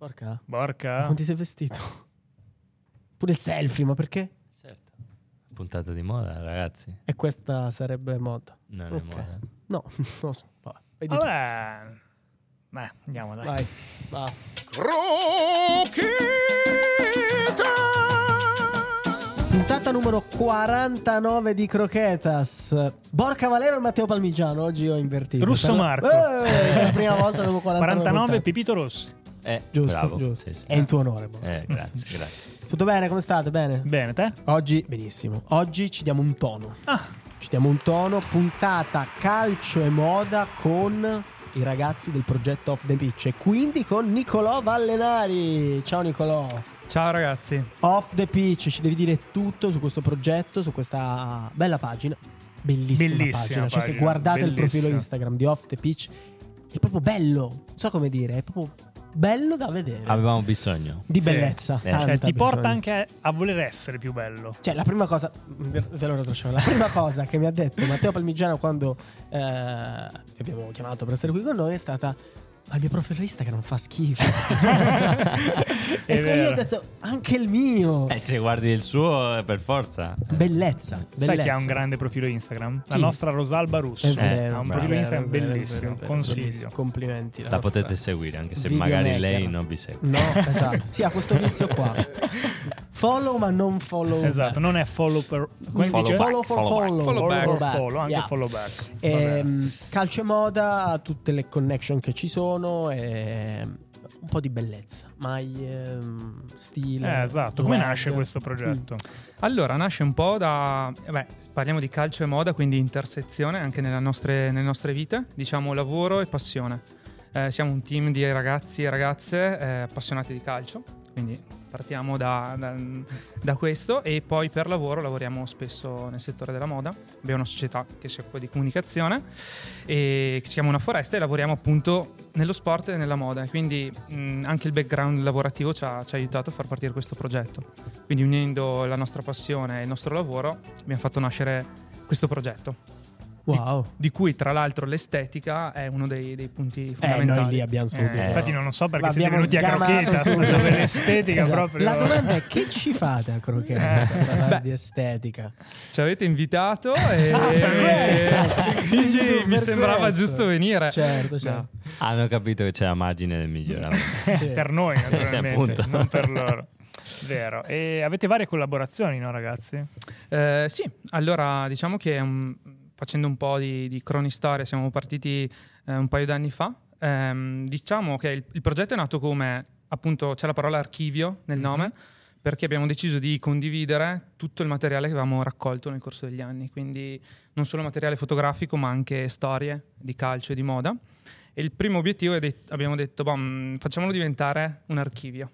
Borca. Non ti sei vestito? Pure il selfie, ma perché? Certo. Puntata di moda, ragazzi. E questa sarebbe moda. Non è Ok. moda. No, vabbè. Vedi tu. Vabbè. Beh, andiamo dai. Vai, va. Puntata numero 49 di Croquetas. Borca Valero e Matteo Palmigiano. Oggi ho invertito. Russo Marco. È la prima volta dopo 49 puntate. Pipito Rossi. Giusto, Bravo. giusto. Sì, sì. È in tuo onore. Grazie. Tutto bene? Come state? Bene? Bene, te? Oggi, benissimo. Oggi ci diamo un tono. Ah, Ci diamo un tono. Puntata calcio e moda con i ragazzi del progetto Off the Pitch. E quindi con Nicolò Vallenari. Ciao Nicolò. Ciao ragazzi. Off the Pitch, ci devi dire tutto su questo progetto, su questa bella pagina. Bellissima pagina. Cioè, se guardate il profilo Instagram di Off the Pitch, è proprio bello. Non so come dire, è proprio bello da vedere. Avevamo bisogno. Di bellezza. Cioè, cioè, ti porta bisogno. anche a voler essere più bello. Cioè, la prima cosa, ve lo retrocediamo. La prima cosa che mi ha detto Matteo Palmigiano quando abbiamo chiamato per essere qui con noi è stata: ma il mio profilo Instagram fa schifo. E vero. io ho detto: anche il mio. Se guardi il suo, per forza. Bellezza. Sai chi ha un grande profilo Instagram? La Chi? nostra Rosalba Russo. È vero, ha un bravo. profilo Instagram È vero, bellissimo. è vero, Consiglio. bellissimo. Complimenti. La nostra potete seguire, anche se videomaker. magari lei non vi segue. No, esatto. Sì, ha questo vizio qua. Follow ma non follow. Esatto, non è follow per come Follow dice? back. Follow for Follow back. follow. Follow back, Follow or follow, anche Yeah. follow back. Vabbè. Calcio e moda, tutte le connection che ci sono e un po' di bellezza, maglie, stile. Esatto, come swag. nasce questo progetto? Allora, nasce un po' da... parliamo di calcio e moda, quindi intersezione anche nelle nostre vite, diciamo lavoro e passione. Siamo un team di ragazzi e ragazze appassionati di calcio, quindi partiamo da questo, e poi per lavoro lavoriamo spesso nel settore della moda. Abbiamo una società che si occupa di comunicazione e che si chiama Una Foresta, e lavoriamo appunto nello sport e nella moda, quindi anche il background lavorativo ci ha aiutato a far partire questo progetto. Quindi unendo la nostra passione e il nostro lavoro abbiamo fatto nascere questo progetto. Wow. Di cui tra l'altro l'estetica è uno dei punti fondamentali. Noi lì abbiamo subito. Infatti non so perché siete L'abbiamo venuti a sgamato Croquetas, subito. dove l'estetica Esatto. proprio... La domanda è: che ci fate a Croquetas a parlare di estetica? Ci avete invitato e quindi Per mi sembrava questo. giusto venire. Certo. No. Hanno capito che c'è la margine del miglioramento. Sì. per noi naturalmente, appunto. non per loro. Vero. E avete varie collaborazioni, no ragazzi? Sì, allora diciamo che facendo un po' di cronistoria siamo partiti un paio d'anni fa. Diciamo che il progetto è nato come, appunto, c'è la parola archivio nel nome, perché abbiamo deciso di condividere tutto il materiale che avevamo raccolto nel corso degli anni, quindi non solo materiale fotografico ma anche storie di calcio e di moda. E il primo obiettivo abbiamo detto facciamolo diventare un archivio.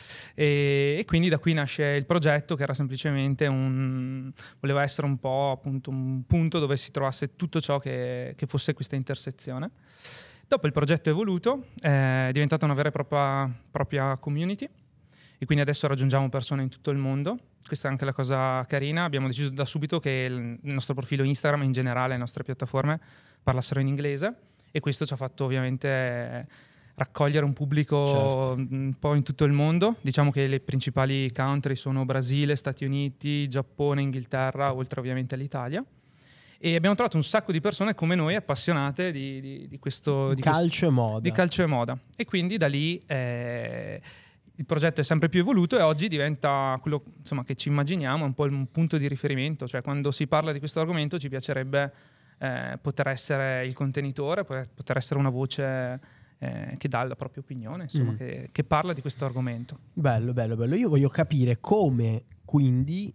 E quindi da qui nasce il progetto, che era semplicemente voleva essere un po' appunto un punto dove si trovasse tutto ciò che fosse questa intersezione. Dopo il progetto è evoluto, è diventata una vera e propria community, e quindi adesso raggiungiamo persone in tutto il mondo. Questa è anche la cosa carina. Abbiamo deciso da subito che il nostro profilo Instagram e in generale le nostre piattaforme parlassero in inglese, e questo ci ha fatto ovviamente raccogliere un pubblico un po' in tutto il mondo. Diciamo che le principali country sono Brasile, Stati Uniti, Giappone, Inghilterra, oltre ovviamente all'Italia. E abbiamo trovato un sacco di persone come noi appassionate di questo Calcio e moda. di calcio e moda. E quindi da lì il progetto è sempre più evoluto, e oggi diventa quello, insomma, che ci immaginiamo, un po' un punto di riferimento. Cioè, quando si parla di questo argomento ci piacerebbe poter essere il contenitore, poter essere una voce che dà la propria opinione, insomma, che parla di questo argomento. Bello. Io voglio capire come, quindi,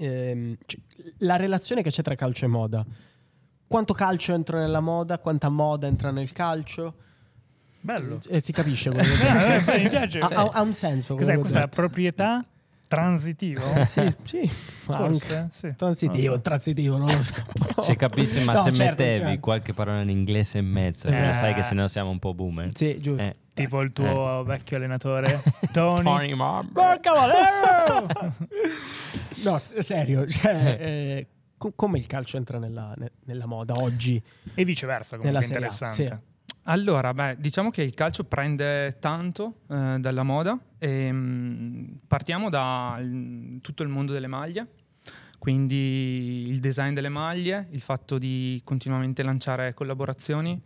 la relazione che c'è tra calcio e moda. Quanto calcio entra nella moda, quanta moda entra nel calcio. Bello. Si capisce quello che Mi piace. ha un senso. Cos'è quello questa che- proprietà transitivo? Sì, Forse, anche. sì. Transitivo, Non so. transitivo, non lo so. Se capissi, ma No, se certo, mettevi chiaro. qualche parola in inglese in mezzo, sai che sennò siamo un po' boomer. Sì, giusto. Tipo il tuo vecchio allenatore Tony Marber. Porca Valero! No, serio, cioè, come il calcio entra nella moda oggi? E viceversa, comunque Nella è Serie A, interessante. sì. Allora, diciamo che il calcio prende tanto dalla moda e partiamo da tutto il mondo delle maglie, quindi il design delle maglie, il fatto di continuamente lanciare collaborazioni,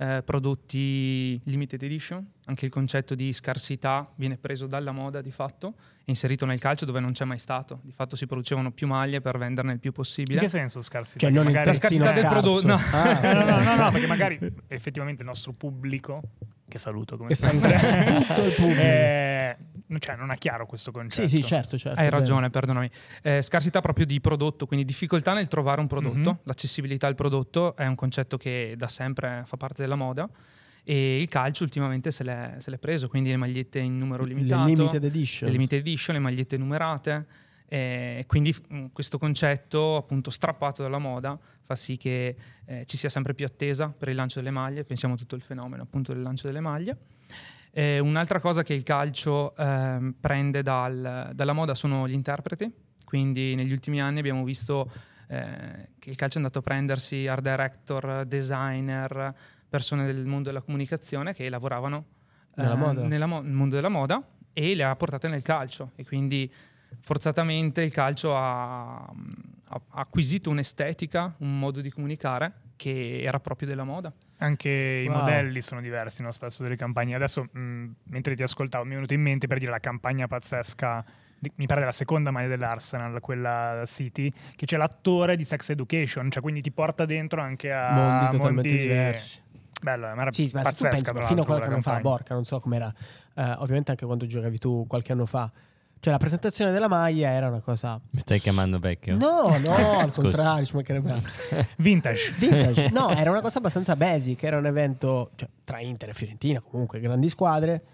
prodotti limited edition, anche il concetto di scarsità viene preso dalla moda di fatto e inserito nel calcio dove non c'è mai stato. Di fatto si producevano più maglie per venderne il più possibile. In che senso scarsità? Cioè non magari la scarsità del prodotto. no, perché magari effettivamente il nostro pubblico, che saluto come tutto il pubblico. Cioè non ha chiaro questo concetto. Sì, certo. Hai ragione, perdonami. Scarsità proprio di prodotto, quindi difficoltà nel trovare un prodotto. L'accessibilità al prodotto è un concetto che da sempre fa parte della moda e il calcio ultimamente se l'è preso, quindi le magliette in numero limitato, le limited edition, le magliette numerate. Quindi questo concetto appunto strappato dalla moda fa sì che ci sia sempre più attesa per il lancio delle maglie. Pensiamo a tutto il fenomeno appunto del lancio delle maglie. Un'altra cosa che il calcio prende dalla moda sono gli interpreti, quindi negli ultimi anni abbiamo visto che il calcio è andato a prendersi art director, designer, persone del mondo della comunicazione che lavoravano nel mondo della moda e le ha portate nel calcio, e quindi forzatamente il calcio ha acquisito un'estetica, un modo di comunicare che era proprio della moda. Anche i modelli sono diversi, no? Spesso delle campagne. Adesso, mentre ti ascoltavo, mi è venuto in mente per dire la campagna pazzesca, mi pare della seconda maglia dell'Arsenal, quella City, che c'è l'attore di Sex Education, cioè quindi ti porta dentro anche a mondi totalmente diversi. Bello, ma sì, ma se tu pensi fino a qualche anno fa, Borca, non so com'era, ovviamente anche quando giocavi tu qualche anno fa, cioè la presentazione della maglia era una cosa... Mi stai chiamando vecchio? No, al contrario, ci mancherebbe. Vintage. No, era una cosa abbastanza basic, era un evento, cioè, tra Inter e Fiorentina, comunque grandi squadre,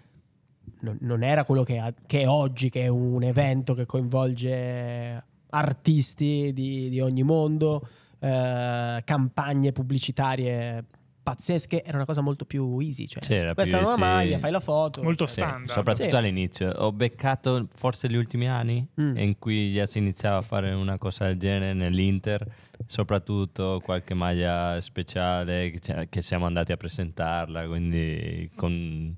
non era quello che è oggi, che è un evento che coinvolge artisti di ogni mondo, campagne pubblicitarie pazzesche. Era una cosa molto più easy, cioè questa è una maglia, fai la foto, molto standard, soprattutto all'inizio. Ho beccato forse gli ultimi anni in cui già si iniziava a fare una cosa del genere nell'Inter, soprattutto qualche maglia speciale che siamo andati a presentarla, quindi con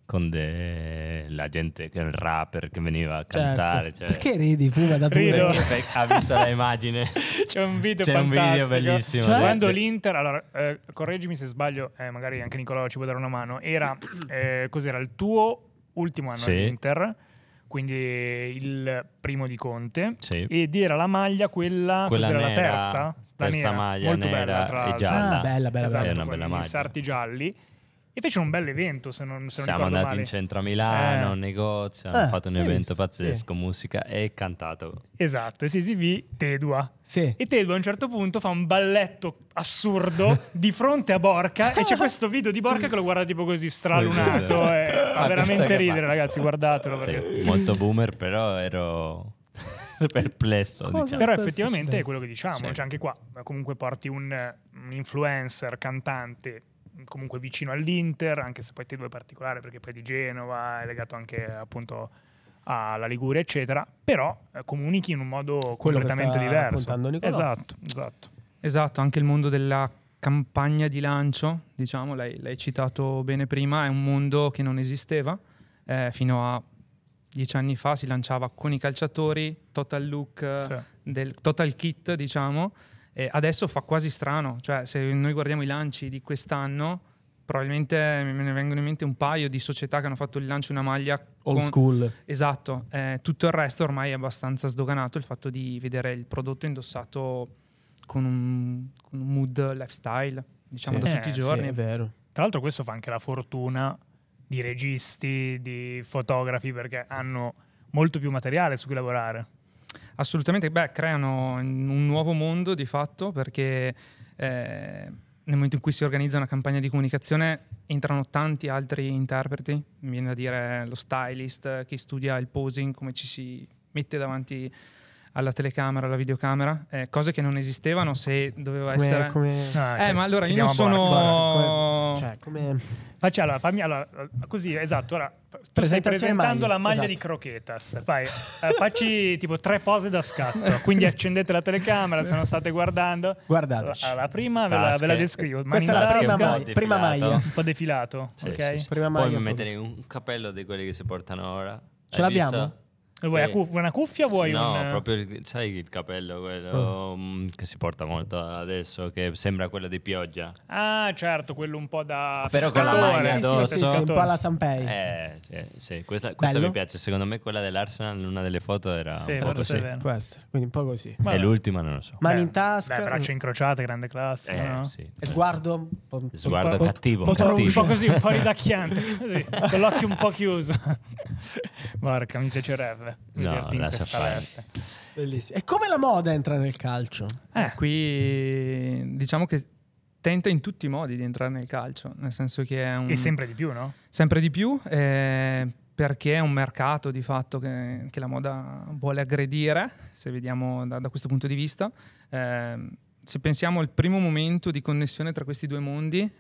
la gente, il rapper che veniva a cantare. Cioè, perché ridi? Pure da Rido. Ha visto l'immagine. C'è un video fantastico. Un video bellissimo. Cioè, quando l'Inter, allora correggimi se sbaglio, magari anche Nicolò ci può dare una mano, era cos'era il tuo ultimo anno all'Inter, quindi il primo di Conte, ed era la maglia quella nera, la terza maglia, molto nera bella, tra l'altro. e gialla. Esatto, È una con bella i maglia. sarti gialli. E fecero un bel evento, se non siamo ricordo andati male. in centro a Milano, negozio, hanno fatto un evento pazzesco, sì. musica e cantato. Esatto, e si esibì Tedua. Sì. E Tedua a un certo punto fa un balletto assurdo di fronte a Borca e c'è questo video di Borca che lo guarda tipo così stralunato e fa veramente ridere, ragazzi, guardatelo. Perché... Sì, molto boomer, però ero perplesso. Diciamo. Però effettivamente è quello che diciamo, Sì. cioè anche qua comunque porti un influencer, cantante comunque vicino all'Inter, anche se poi Tedua è particolare perché poi è di Genova, è legato anche appunto alla Liguria eccetera, però comunichi in un modo completamente diverso. Esatto, anche il mondo della campagna di lancio, diciamo, l'hai citato bene prima, è un mondo che non esisteva fino a 10 anni fa. Si lanciava con i calciatori, total look, del total kit, diciamo. Adesso fa quasi strano, cioè se noi guardiamo i lanci di quest'anno, probabilmente me ne vengono in mente un paio di società che hanno fatto il lancio di una maglia old school. Esatto, tutto il resto ormai è abbastanza sdoganato, il fatto di vedere il prodotto indossato con un mood lifestyle, diciamo, da tutti i giorni. Sì, è vero. Tra l'altro questo fa anche la fortuna di registi, di fotografi, perché hanno molto più materiale su cui lavorare. Assolutamente, creano un nuovo mondo di fatto, perché nel momento in cui si organizza una campagna di comunicazione entrano tanti altri interpreti, mi viene da dire lo stylist, chi studia il posing, come ci si mette davanti alla telecamera, alla videocamera, cose che non esistevano se doveva essere... Ma allora io non sono... Fammi così, esatto. Ora tu stai presentando la maglia di Croquetas. Facci tipo 3 pose da scatto. Quindi accendete la telecamera, se non state guardando. Guardateci. La prima ve la descrivo. Questa è la prima maglia. Un po' defilato. Sì, ok? sì. Prima Poi maglia, mi mettere un cappello di quelli che si portano ora. Ce l'abbiamo? Visto? Vuoi una cuffia o vuoi no, proprio sai il cappello quello che si porta molto adesso, che sembra quello di pioggia. Ah, certo, quello un po' da però con la maglia addosso. Sì, un po' alla Sanpei. Sì. Questa mi piace. Secondo me quella dell'Arsenal in una delle foto era un po' così. Può essere, quindi un po' così. E l'ultima non lo so. Mani in tasca, braccia incrociate, grande classe, no? Sì, e sguardo cattivo, un po' così, un po' ridacchiante, così, con l'occhio un po' chiuso. Porca, mi piacerebbe vederti in questa veste. Bellissimo. E come la moda entra nel calcio? Qui diciamo che tenta in tutti i modi di entrare nel calcio, nel senso che è e sempre di più, no? Sempre di più, perché è un mercato di fatto che la moda vuole aggredire, se vediamo da questo punto di vista. Se pensiamo al primo momento di connessione tra questi due mondi,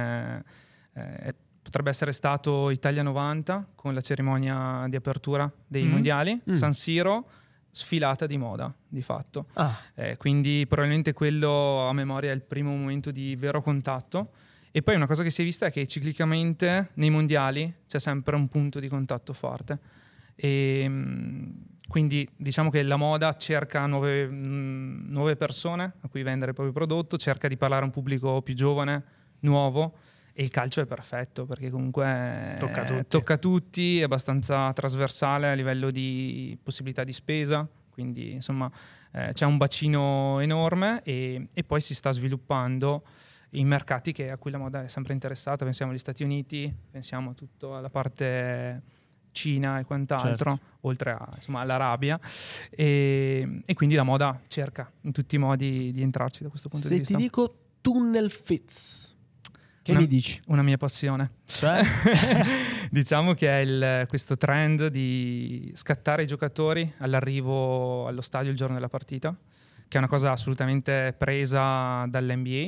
potrebbe essere stato Italia 90 con la cerimonia di apertura dei mondiali, San Siro, sfilata di moda di fatto. Quindi probabilmente quello a memoria è il primo momento di vero contatto. E poi una cosa che si è vista è che ciclicamente nei mondiali c'è sempre un punto di contatto forte. E quindi diciamo che la moda cerca nuove persone a cui vendere il proprio prodotto, cerca di parlare a un pubblico più giovane, nuovo. E il calcio è perfetto perché comunque tocca tutti, è abbastanza trasversale a livello di possibilità di spesa, quindi insomma c'è un bacino enorme e poi si sta sviluppando in mercati a cui la moda è sempre interessata. Pensiamo agli Stati Uniti, pensiamo a tutto alla parte Cina e quant'altro, oltre all'Arabia, e quindi la moda cerca in tutti i modi di entrarci da questo punto di vista. Se ti dico tunnel fits, che mi dici? Una mia passione. Cioè? Diciamo che è questo trend di scattare i giocatori all'arrivo allo stadio il giorno della partita, che è una cosa assolutamente presa dall'NBA.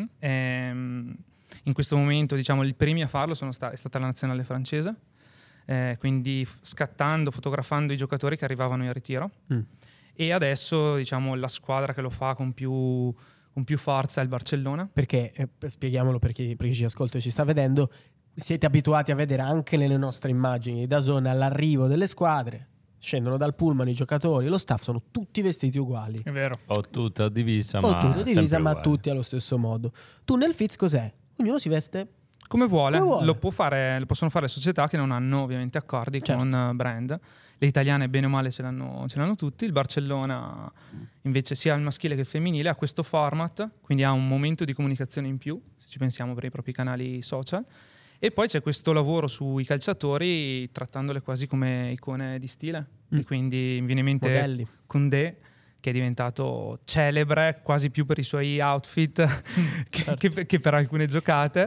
In questo momento, diciamo, i primi a farlo è stata la nazionale francese, quindi fotografando i giocatori che arrivavano in ritiro. E adesso, diciamo, la squadra che lo fa con più forza è il Barcellona. Perché, spieghiamolo per chi ci ascolta e ci sta vedendo, siete abituati a vedere anche nelle nostre immagini da zona all'arrivo delle squadre, scendono dal pullman i giocatori, lo staff sono tutti vestiti uguali. È vero. O tutto divisa, ma tutti allo stesso modo. Tu nel Fitz cos'è? Ognuno si veste come vuole. Lo possono fare società che non hanno ovviamente accordi con brand. Le italiane bene o male ce l'hanno tutti. Il Barcellona invece sia il maschile che il femminile ha questo format, quindi ha un momento di comunicazione in più, se ci pensiamo, per i propri canali social. E poi c'è questo lavoro sui calciatori trattandole quasi come icone di stile. E quindi mi viene in mente modelli. Koundé, che è diventato celebre quasi più per i suoi outfit che per alcune giocate.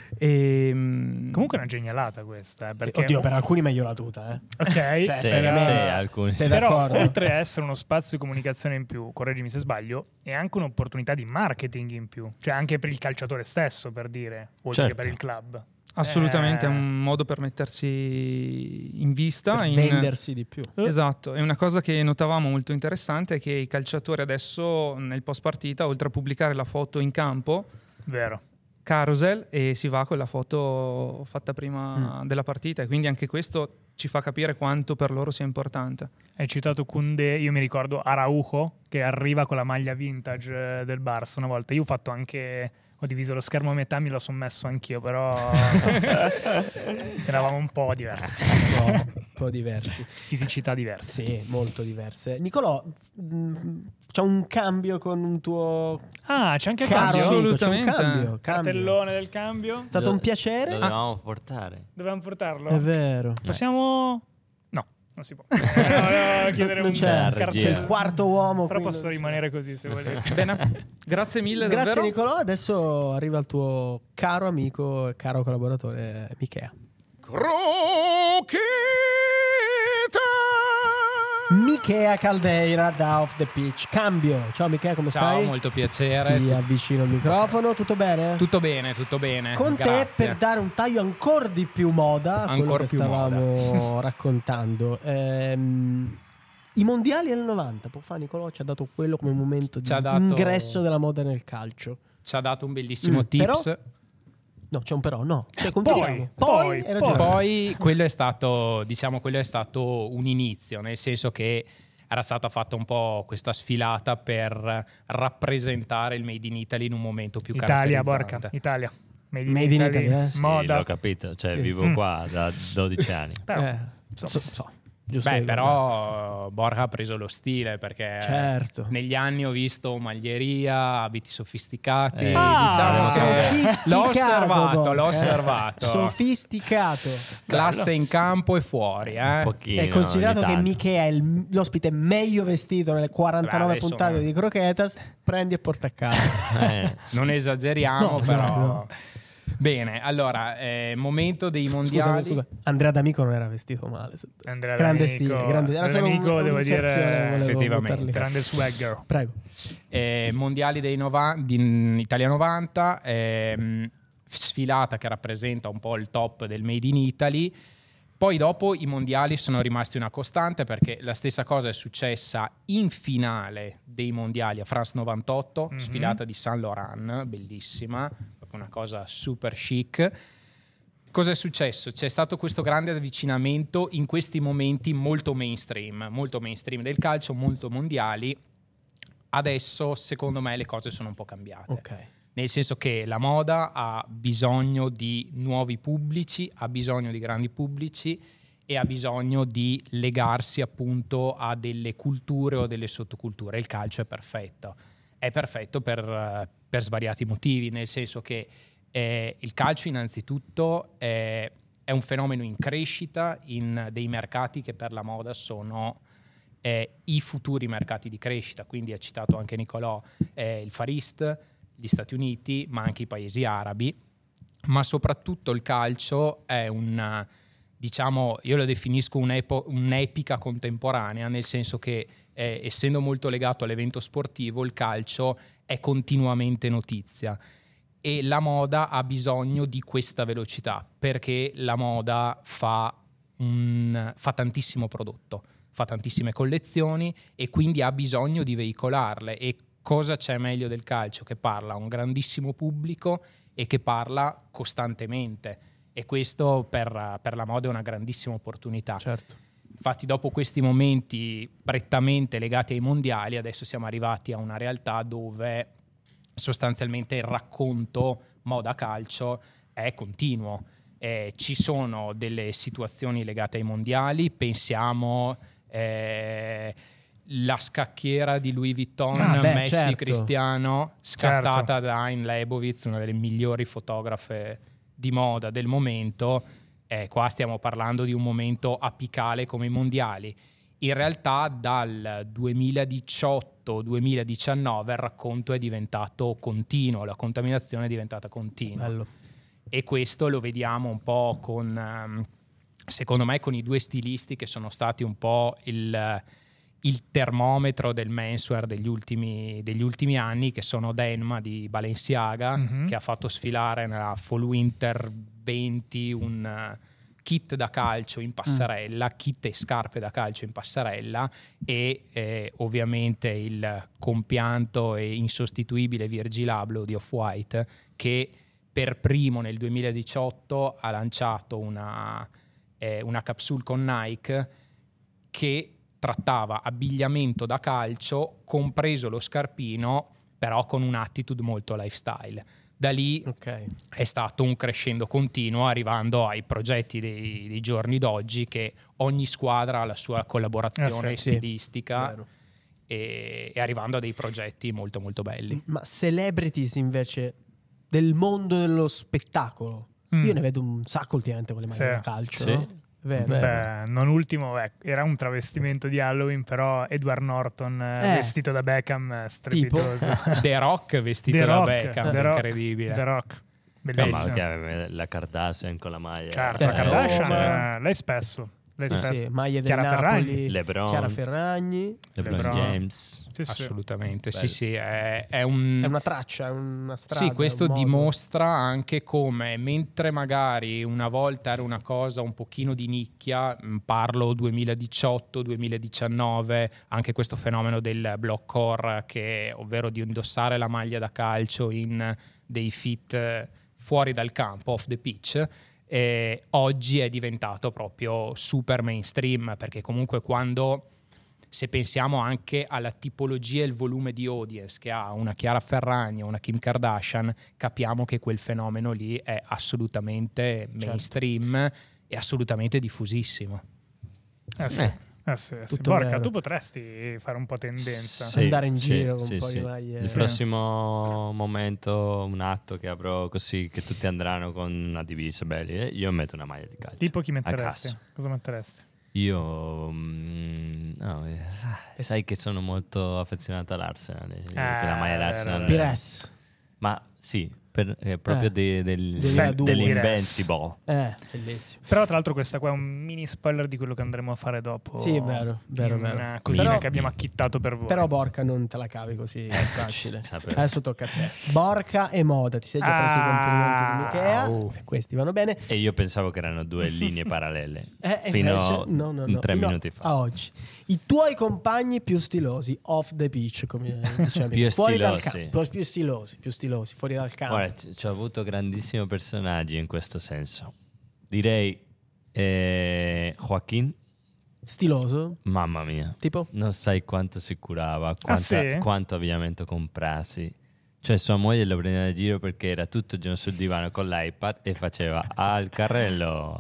Comunque è una genialata questa, perché oddio, per alcuni meglio la tuta, ok, alcuni. Però oltre a essere uno spazio di comunicazione in più, correggimi se sbaglio, è anche un'opportunità di marketing in più, cioè anche per il calciatore stesso, per dire, oltre che per il club. Assolutamente, è un modo per mettersi in vista, per vendersi di più. Esatto, è una cosa che notavamo molto interessante, è che i calciatori adesso nel post partita, oltre a pubblicare la foto in campo, vero, carousel, e si va con la foto fatta prima della partita, e quindi anche questo ci fa capire quanto per loro sia importante. Hai citato Koundé, io mi ricordo Araujo che arriva con la maglia vintage del Barça una volta. Io ho diviso lo schermo a metà, me lo sono messo anch'io, però eravamo un po' diversi. Un po' diversi. Fisicità diverse. Sì, molto diverse. Nicolò, c'è un cambio con un tuo... Ah, c'è anche il cambio? Assolutamente. C'è un cambio. Cartellone del cambio. È stato un piacere. Lo dovevamo portare. Dovevamo portarlo? È vero. Possiamo... Non si può. Chiedere un cartellone. C'è il quarto uomo. Però posso rimanere così se volete. Bene, grazie mille. Grazie davvero. Nicolò. Adesso arriva il tuo caro amico e caro collaboratore Michea. Croquetas! Michea Caldeira da Off the Pitch. Cambio. Ciao Michea, come stai? Ciao, molto piacere. Ti avvicino il microfono, tutto bene? Tutto bene, tutto bene. Con Grazie. te per dare un taglio ancora di più moda a quello che stavamo raccontando. I mondiali del 90, può fare Nicolò, ci ha dato quello come momento di ingresso della moda nel calcio. Ci ha dato un bellissimo tips. Però, no, c'è un però, no. Cioè, poi quello è stato, diciamo, quello è stato un inizio, nel senso che era stata fatta un po' questa sfilata per rappresentare il Made in Italy in un momento più caratterizzante. Italia. Made in Italy, moda. Sì, l'ho capito, cioè vivo qua da 12 anni. Però, Beh, però Borja ha preso lo stile, perché negli anni ho visto maglieria, abiti sofisticati, diciamo che l'ho osservato. Sofisticato. Classe in campo e fuori, È considerato che Michea è l'ospite meglio vestito nelle 49 puntate di Croquetas, prendi e porta a casa. Non esageriamo, no. Bene, allora, momento dei mondiali. Scusa. Andrea D'Amico non era vestito male. Andrea grande D'Amico, stile, grande. Era solo D'Amico, devo dire, effettivamente. Grande swagger. Prego. Mondiali di Italia 90, sfilata che rappresenta un po' il top del Made in Italy. Poi dopo i mondiali sono rimasti una costante, perché la stessa cosa è successa in finale dei mondiali a France 98, sfilata di Saint Laurent, bellissima, una cosa super chic. Cosa è successo? C'è stato questo grande avvicinamento in questi momenti molto mainstream del calcio, molto mondiali. Adesso secondo me le cose sono un po' cambiate. Okay. Nel senso che la moda ha bisogno di nuovi pubblici, ha bisogno di grandi pubblici e ha bisogno di legarsi appunto a delle culture o delle sottoculture. Il calcio è perfetto. È perfetto per svariati motivi, nel senso che il calcio innanzitutto è un fenomeno in crescita in dei mercati che per la moda sono i futuri mercati di crescita. Quindi ha citato anche Nicolò il Far East, gli Stati Uniti, ma anche i paesi arabi. Ma soprattutto il calcio è diciamo, io lo definisco un'epica contemporanea, nel senso che essendo molto legato all'evento sportivo, il calcio è continuamente notizia e la moda ha bisogno di questa velocità, perché la moda fa tantissimo prodotto, fa tantissime collezioni e quindi ha bisogno di veicolarle. E cosa c'è meglio del calcio? Che parla a un grandissimo pubblico e che parla costantemente, e questo per la moda è una grandissima opportunità. Certo. Infatti dopo questi momenti prettamente legati ai mondiali, adesso siamo arrivati a una realtà dove sostanzialmente il racconto moda calcio è continuo. Ci sono delle situazioni legate ai mondiali, pensiamo la scacchiera di Louis Vuitton, Messi, certo. Cristiano, scattata da Ayn Leibovitz, una delle migliori fotografe di moda del momento. Qua stiamo parlando di un momento apicale come i mondiali. In realtà dal 2018-2019 il racconto è diventato continuo, la contaminazione è diventata continua. Bello. E questo lo vediamo un po' secondo me, con i due stilisti che sono stati un po' il termometro del menswear degli ultimi anni, che sono Denma di Balenciaga, che ha fatto sfilare nella Fall Winter 20 un kit da calcio in passerella, kit e scarpe da calcio in passerella, e ovviamente il compianto e insostituibile Virgil Abloh di Off-White, che per primo nel 2018 ha lanciato una capsule con Nike che trattava abbigliamento da calcio, compreso lo scarpino, però con un'attitude molto lifestyle. Da lì è stato un crescendo continuo, arrivando ai progetti dei giorni d'oggi, che ogni squadra ha la sua collaborazione stilistica, e arrivando a dei progetti molto molto belli. Ma celebrities invece del mondo dello spettacolo, io ne vedo un sacco ultimamente con le maglie da calcio, no? Vero. Beh, non ultimo, era un travestimento di Halloween, però Edward Norton vestito da Beckham, strepitoso. The Rock vestito da Beckham, incredibile. The Rock, bellissimo. Ma la Kardashian con la maglia. Certo, la Kardashian lei spesso Sì, maglie del Chiara Napoli, LeBron. Chiara Ferragni, LeBron James. Sì, sì. Assolutamente, Bello. sì, è è una traccia, è una strada. Sì, questo un modo. dimostra anche come, mentre magari una volta era una cosa un pochino di nicchia, parlo 2018-2019, anche questo fenomeno del blockcore, ovvero di indossare la maglia da calcio in dei fit fuori dal campo, off the pitch, oggi è diventato proprio super mainstream, perché comunque se pensiamo anche alla tipologia e il volume di audience che ha una Chiara Ferragni o una Kim Kardashian, capiamo che quel fenomeno lì è assolutamente mainstream e assolutamente diffusissimo. Sì. Tutto Porca, vero. tu potresti fare un po' tendenza. Sì, andare in giro con sì, un po' sì. di maglie. Il prossimo momento, un atto che avrò così, che tutti andranno con una divisa belli, io metto una maglia di calcio. Tipo chi a metteresti? caso. Cosa metteresti? Io sai che sono molto affezionato all'Arsenal, che la maglia dell'Arsenal. Pires. Ma sì, proprio Pires. dell'Invincible. Bellissimo. Però tra l'altro questa qua è un mini spoiler di quello che andremo a fare dopo. Sì, è vero. Una cosina Però- che abbiamo acchittato per voi. Però Borca non te la cavi così facile. sapevo. Adesso tocca a te. Borca e Moda, ti sei già preso i complimenti di Michea. E questi vanno bene. E io pensavo che erano due linee parallele. Fino fino no, 3 fino minuti fa. a oggi. I tuoi compagni più stilosi off the pitch, come diciamo. Più fuori dal stilosi. campo, più stilosi, fuori dal campo. Guarda, ci ho avuto grandissimi personaggi in questo senso. Direi Joaquin, Stiloso? mamma mia. Tipo? Non sai quanto si curava, sì? quanto abbigliamento comprassi. Cioè sua moglie lo prendeva in giro perché era tutto il giorno sul divano con l'iPad e faceva al carrello,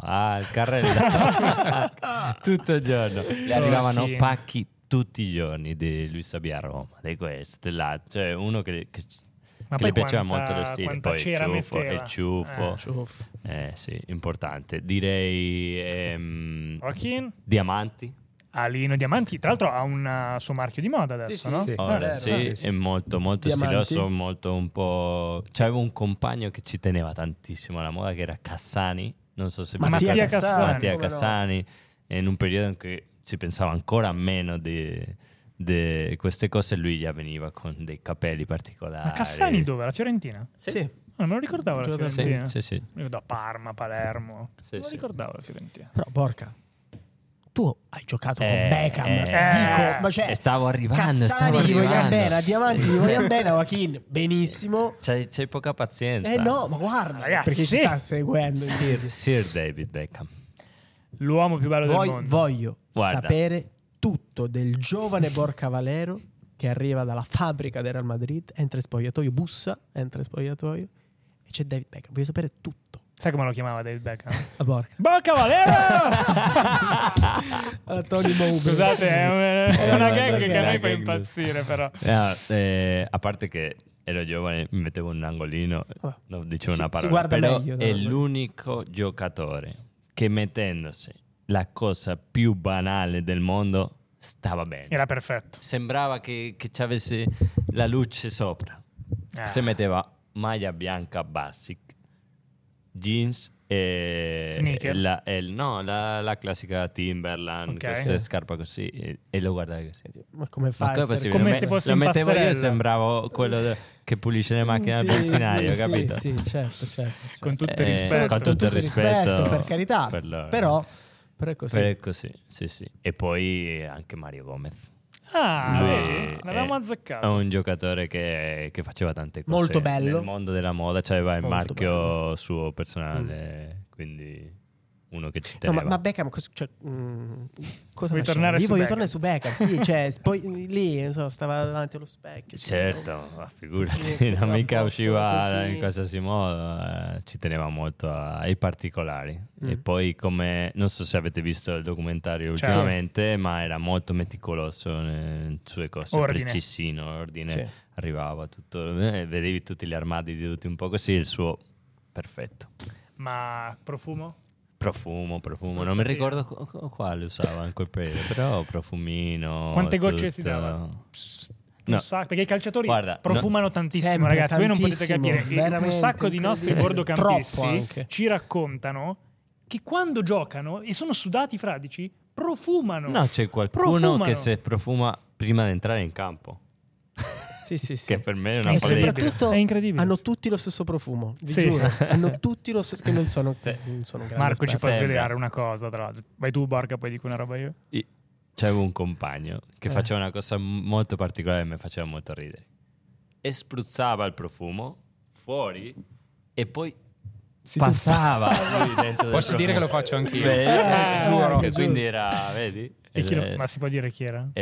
tutto il giorno. Le arrivavano Sì. pacchi tutti i giorni di lui Sabia a Roma, di questo, dell'altro. Cioè uno che Ma che poi le piaceva quanta- molto lo stile. quanta Poi cera metteva. il ciuffo. Ciuffo. Sì, importante. Direi Joaquin? diamanti. Alino Diamanti, tra l'altro ha un suo marchio di moda adesso, Sì, no? sì. Ora vero, sì, sì. è molto Diamanti. stiloso, molto un po'. C'avevo un compagno che ci teneva tantissimo alla moda, che era Cassani. Non so se vi Mattia ricordate. Cassani, Mattia come no. Cassani. In un periodo in cui si pensava ancora meno di queste cose, lui gli veniva con dei capelli particolari. Ma Cassani dove? La Fiorentina? Sì. Non me lo ricordavo la Gioca- Fiorentina. Sì. Io da Parma, Palermo. Sì, Non me lo sì. ricordavo la Fiorentina. Però, porca, tu hai giocato con Beckham. Dico, ma cioè, e stavo arrivando, Cassani gli vogliamo arrivando. bene, a Diamanti gli vogliamo bene, a Joaquin benissimo. C'hai poca pazienza. No, ma guarda, Ragazzi, perché sì. ci sta seguendo. Sir David Beckham. L'uomo più bello del mondo. Voglio Guarda. sapere tutto del giovane Borca Valero che arriva dalla fabbrica del Real Madrid, entra in spogliatoio, bussa, entra in spogliatoio e c'è David Beckham. Voglio sapere tutto. Sai come lo chiamava David Beckham? A Borca. Bocca Valero! Tony Mowbray. Scusate, è una gag che a noi fa gag. impazzire, però. A parte che ero giovane, mi mettevo in un angolino, non dicevo una Si parola. guarda però meglio, no? è l'unico giocatore che mettendosi la cosa più banale del mondo stava bene. Era perfetto. Sembrava che ci avesse la luce sopra. Se metteva maglia bianca basic, jeans e Sneaker. la classica Timberland, Ok. queste scarpe così e lo guardavo così. Ma come fa Ma a come è essere possibile? come Lo se fosse lo in mettevo io e passerella. sembravo quello che pulisce le macchine al benzinaio, sì, capito? Sì, certo. Con tutto il Eh, rispetto. con tutto il rispetto per carità. per loro. Però è così. Però è così, sì. E poi anche Mario Gomez. Ah, Lui vedi? L'avevamo è azzeccato. un giocatore che faceva tante cose Molto bello. nel mondo della moda, c'aveva il Molto marchio bello. suo personale, quindi uno che ci No, teneva. ma Beckham cosa Vuoi faceva? tornare Io su voglio Beckham? tornare su Beckham, sì, cioè, poi lì non so, stava davanti allo specchio. sì. Certo, ma figurati, Sì, non mica apposta usciva così. in qualsiasi modo, ci teneva molto ai particolari. Mm. E poi come, non so se avete visto il documentario Certo. ultimamente, ma era molto meticoloso nelle sue cose, Ordine. precisino, ordine, Sì. arrivava tutto, vedevi tutti gli armadi di tutti un po' così, il suo perfetto. Ma profumo? Profumo, non mi ricordo quale usava in quel periodo, però profumino. Quante gocce tutto. si dava? No. Un sacco, perché i calciatori Guarda, profumano tantissimo, Sempre, ragazzi. Voi non potete tantissimo, capire. Un veramente sacco di nostri incredibile. bordocampisti Troppo anche. ci raccontano che quando giocano e sono sudati fradici profumano. No, c'è qualcuno che se profuma prima di entrare in campo. Sì. Che per me è una E follia. soprattutto È incredibile. hanno tutti lo stesso profumo, vi Sì. giuro. Hanno tutti lo stesso, che non sono grandi Marco, ci esperti. puoi Sembra. svegliare una cosa, tra l'altro. Vai tu, Borca, poi dico una roba io. C'avevo un compagno che faceva una cosa molto particolare e mi faceva molto ridere. E spruzzava il profumo fuori e poi passava lui dentro del Posso dire profumo. che lo faccio anch'io. Vedi? giuro. E quindi era, vedi? Ma si può dire chi era?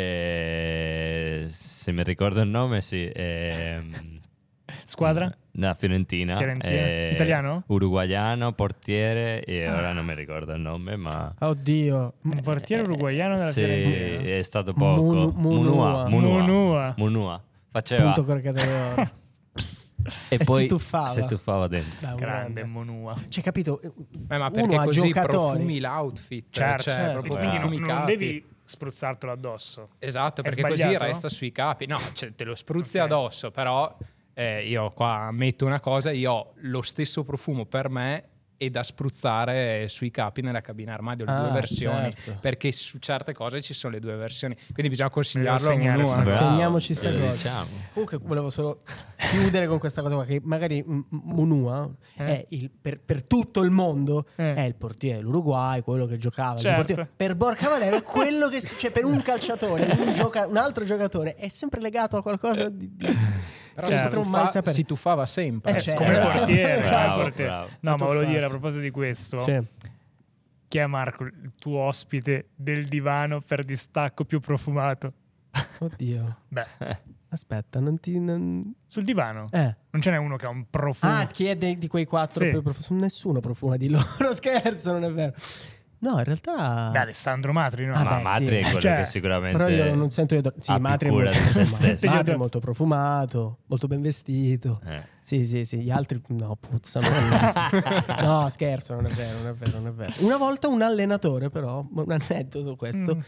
Se mi ricordo il nome, sì. Squadra? Da Fiorentina. Italiano? Uruguaiano, portiere, e ora non mi ricordo il nome, ma... Oddio. Un portiere uruguaiano della sì, Fiorentina. è stato poco. Munua. Faceva... Punto Corcate d'Oro. E E poi si tuffava dentro. Dai, un Grande Munua. Cioè, capito? Ma Uno perché ha così giocatori. profumi l'outfit, Certo, cioè proprio quindi profumi non capi. devi spruzzartelo addosso. Esatto, È perché così sbagliato? resta sui capi. No, cioè, te lo spruzzi Ok. addosso, però io qua ammetto una cosa, io ho lo stesso profumo per me e da spruzzare sui capi nella cabina armadio, le due versioni, certo. perché su certe cose ci sono le due versioni, quindi bisogna consigliarlo a segnare uno. sta cosa. Segniamoci sta glielo cosa. diciamo. Comunque volevo solo chiudere con questa cosa qua, che magari Munua è per tutto il mondo è il portiere dell'Uruguay, quello che giocava. il Certo. portiere. Per Borca Valero è quello che cioè per un calciatore, un altro giocatore è sempre legato a qualcosa di Però che non potremo mai sapere. si tuffava sempre. certo. Come Bravo, portiere. bravo, portiere. bravo. No, ma volevo dire a Tuffarsi. proposito di questo, Sì. chi è Marco, il tuo ospite del divano per distacco più profumato? Oddio. Beh, Aspetta, non ti sul divano eh. non ce n'è uno che ha un profumo. Ah, chi è di quei quattro Sì. più nessuno profuma di loro. Scherzo, non è vero. No, in realtà Beh, Alessandro Matri, no? Ah, Ma beh, Matri sì. è quello Cioè, che sicuramente... però io non sento sì, ha più Matri è cura molto di se profumato. stesso. Matri è molto profumato, molto ben vestito. Sì, gli altri no, puzzano. No, scherzo, non è vero. Una volta un allenatore, però, un aneddoto questo.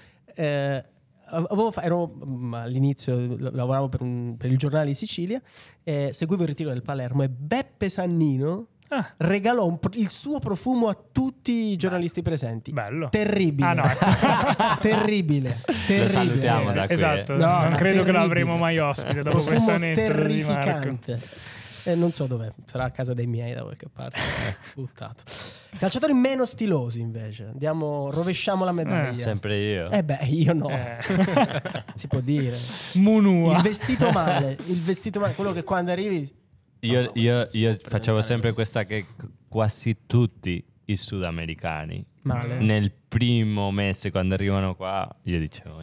Ero all'inizio lavoravo per il giornale di Sicilia, seguivo il ritiro del Palermo e Beppe Sannino regalò il suo profumo a tutti i giornalisti presenti. Bello. Terribile. Ah, no. terribile. Lo salutiamo da qui. Esatto, No, non ma credo che terribile. l'avremo mai ospite dopo questo Profumo aneddoto di Marco. terrificante. Non so dov'è, sarà a casa dei miei da qualche parte. Buttato. Calciatori meno stilosi invece. Rovesciamo la medaglia. Sempre io. Beh, io no. Si può dire. Munua. Il vestito male, quello che quando arrivi Io facevo presentare sempre così. questa che quasi tutti i sudamericani Male. nel primo mese quando arrivano qua io dicevo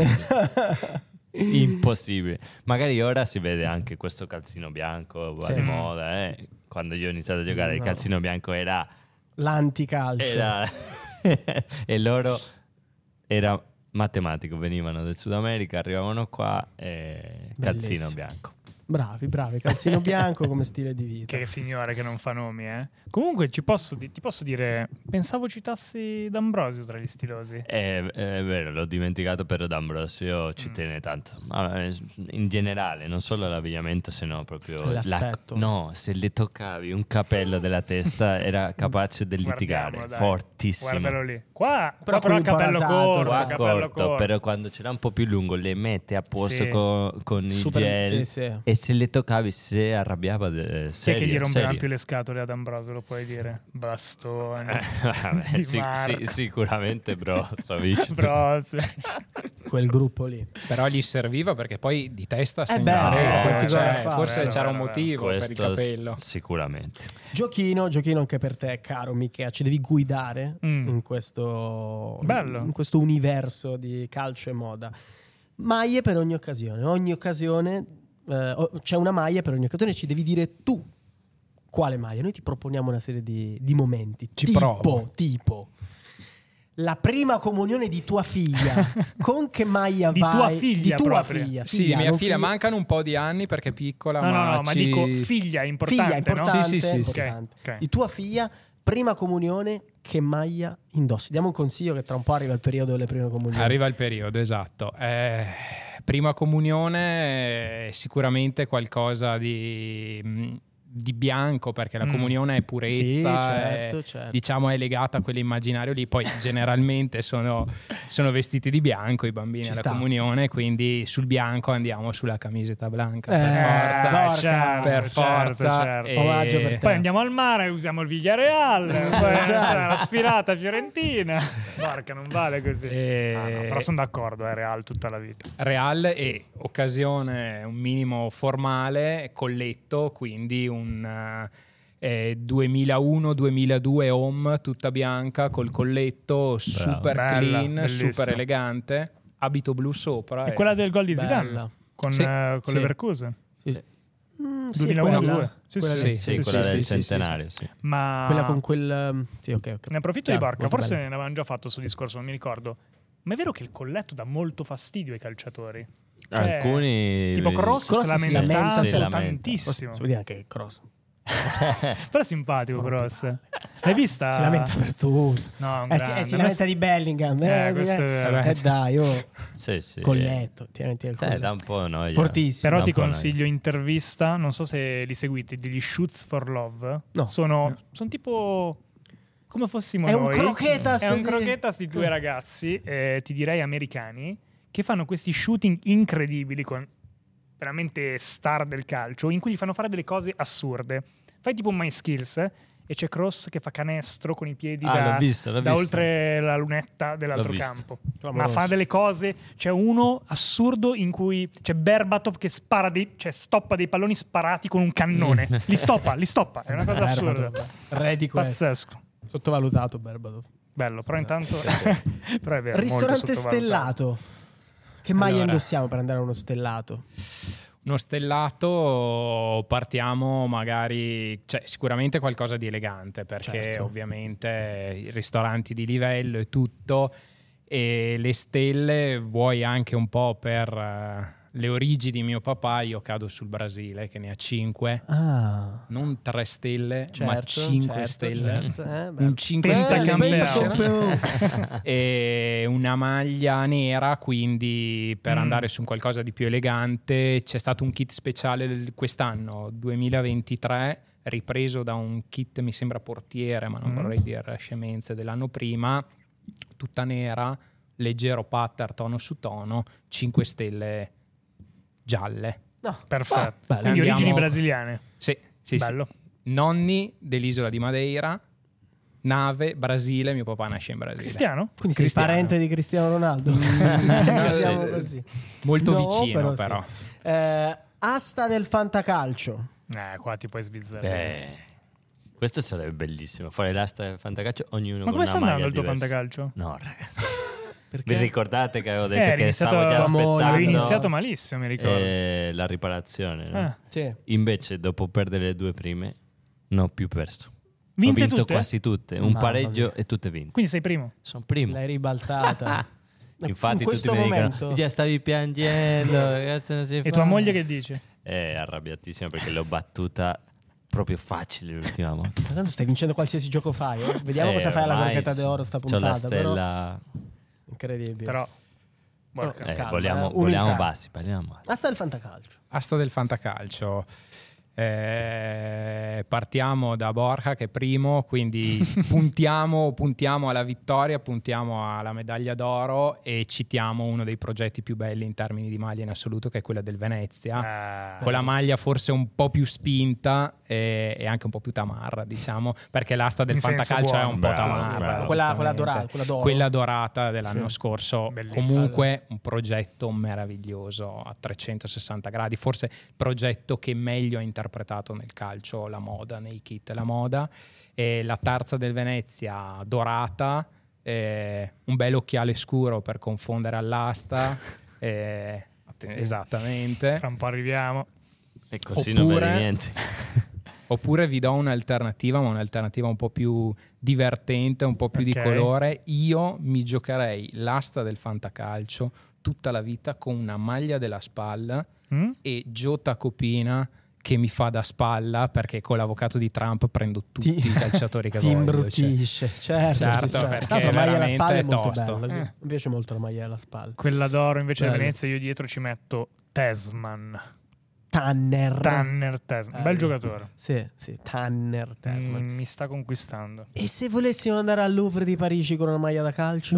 impossibile. Magari ora si vede anche questo calzino bianco va Sì. di moda, quando io ho iniziato a giocare il No. calzino bianco era L'anticalcio. e loro era matematico, venivano del Sud America, arrivavano qua e calzino Bellissimo. bianco. Bravi, calzino bianco come stile di vita. Che signore che non fa nomi, eh. Comunque ti posso dire, pensavo citassi D'Ambrosio tra gli stilosi. È vero, l'ho dimenticato, però D'Ambrosio ci tiene tanto. Ma, in generale, non solo l'abbigliamento, se no proprio L'aspetto. no, se le toccavi un capello della testa era capace di litigare, Guardiamolo, dai. fortissimo. Guardalo lì. Qua Però però il con un capello parasato, corto, Qua capello corto, però quando c'era un po' più lungo le mette a posto Sì. con il Super- gel sì. e se le toccavi si arrabbiava Chi è serio, che gli romperà serio. più le scatole ad Ambrosio, lo puoi dire? Bastone. Vabbè, Di Marco. sicuramente Brozovic. Quel gruppo lì. Però gli serviva perché poi di testa beh, segnava. quanti gol ha fatto. Forse Vero, c'era un vero, motivo per il Questo capello. sicuramente. Giochino anche per te, caro Michea, ci devi guidare in questo Bello. in questo universo di calcio e moda. Maglie per ogni occasione, c'è una maglia per ogni occasione, ci devi dire tu quale maglia. Noi ti proponiamo una serie di momenti. Provo. Tipo la prima comunione di tua figlia. Con che maglia Di vai? tua figlia Di tua proprio. figlia. Sì, mia non figlia mancano un po' di anni perché è piccola, No, ma dico figlia importante, Figlia importante, no? Sì, sì, sì, importante. ok. Di tua figlia, prima comunione, che maglia indossi? Diamo un consiglio che tra un po' arriva il periodo delle prime comunioni. Arriva il periodo, esatto. Prima comunione è sicuramente qualcosa di di bianco, perché la comunione è purezza, certo. diciamo è legata a quell'immaginario lì. Poi generalmente sono vestiti di bianco i bambini alla comunione, quindi sul bianco andiamo sulla camiseta blanca per forza. Certo. Poi andiamo al mare, usiamo il Villarreal, poi la sfilata fiorentina. Porca, non vale così. Però sono d'accordo, è Real tutta la vita. Real e occasione un minimo formale, colletto, quindi un 2001-2002 home tutta bianca col colletto, super clean, bellissimo, super elegante, abito blu sopra. È quella del gol di Zidane con Leverkusen. Sì. 2001-2002. Quella del centenario. Ma quella con quel ok. Ne approfitto di Borca, forse ne avevamo già fatto sul discorso, non mi ricordo. Ma è vero che il colletto dà molto fastidio ai calciatori? Cioè, alcuni tipo Kroos si lamenta tantissimo. Si vede anche Kroos. Però è simpatico Kroos. L'hai vista? Si lamenta per tutto. No, si lamenta di Bellingham. Dai, colletto. Da un po' noia. Fortissimo. Però ti consiglio intervista, non so se li seguite, degli Shoots for Love. No. Sono tipo come fossimo noi. È un croquetas di due ragazzi, ti direi americani, che fanno questi shooting incredibili con veramente star del calcio, in cui gli fanno fare delle cose assurde. Fai tipo un My Skills e c'è Kroos che fa canestro con i piedi da oltre la lunetta dell'altro campo. Ma fa delle cose, c'è uno assurdo in cui c'è Berbatov che stoppa dei palloni sparati con un cannone. Li stoppa, è una cosa assurda. Pazzesco. Sottovalutato Berbatov. Bello, però intanto però è vero, ristorante stellato. Che maglia indossiamo per andare a uno stellato? Uno stellato partiamo magari, sicuramente qualcosa di elegante, perché ovviamente i ristoranti di livello e tutto, e le stelle vuoi anche un po' per le origini di mio papà. Io cado sul Brasile che ne ha 5, non 3 stelle ma 5 stelle, un 5 stelle e una maglia nera, quindi per andare su un qualcosa di più elegante c'è stato un kit speciale quest'anno 2023, ripreso da un kit mi sembra portiere, ma non vorrei dire scemenze, dell'anno prima, tutta nera, leggero pattern tono su tono, 5 stelle gialle. Perfetto. Quindi origini brasiliane. Sì. Bello. Nonni dell'isola di Madeira, nave, Brasile, mio papà nasce in Brasile. Cristiano? Quindi sei parente di Cristiano Ronaldo? Così. Molto vicino però. Asta del fantacalcio. Qua ti puoi sbizzarrire. Questo sarebbe bellissimo, fare l'asta del fantacalcio, ognuno con una maglia. Ma come sta andando il tuo fantacalcio? No, ragazzi. Perché? Vi ricordate che avevo detto che stavo già aspettando? Avevi iniziato malissimo, mi ricordo. La riparazione, no? Sì. Invece, dopo perdere le 2 prime, non ho più perso. Vinte ho vinto tutte? Quasi tutte, un pareggio e tutte vinte. Quindi sei primo? Sono primo. L'hai ribaltata. Infatti tutti mi dicono, già stavi piangendo. E tua moglie che dice? È arrabbiatissima perché l'ho battuta proprio facile l'ultima volta. Ma tanto stai vincendo qualsiasi gioco fai, Vediamo cosa fai alla Croqueta d'Oro sta puntata. C'ho la stella... Però... incredibile. Però vogliamo bassi, parliamo. Asta del fantacalcio. Asta del fantacalcio. Partiamo da Borja che è primo, quindi puntiamo alla vittoria, puntiamo alla medaglia d'oro e citiamo uno dei progetti più belli in termini di maglia in assoluto, che è quella del Venezia, con la maglia forse un po' più spinta e anche un po' più tamarra, diciamo, perché l'asta del fantacalcio è un po' tamarra. Quella dorata dell'anno scorso. Bellissimo. Comunque un progetto meraviglioso a 360 gradi, forse il progetto che meglio ha interpretato nel calcio la moda, nei kit la moda, e la tarza del Venezia dorata, un bel occhiale scuro per confondere all'asta, esattamente. Fra un po' arriviamo. E così non vede niente. Oppure vi do un'alternativa, ma un'alternativa un po' più divertente, un po' più di colore. Io mi giocherei l'asta del fantacalcio tutta la vita con una maglia della Spal e Jota Copina che mi fa da spalla, perché con l'avvocato di Trump prendo tutti i calciatori che voglio. Ti imbruttisce, certo, perché la maglia alla spalla è molto tosto. bella. Mi piace molto la maglia alla spalla. Quella d'oro invece a Venezia, io dietro ci metto Tesman. Tanner Tasman, bel giocatore. Sì, Tanner Tasman. Mi sta conquistando. E se volessimo andare al Louvre di Parigi con una maglia da calcio?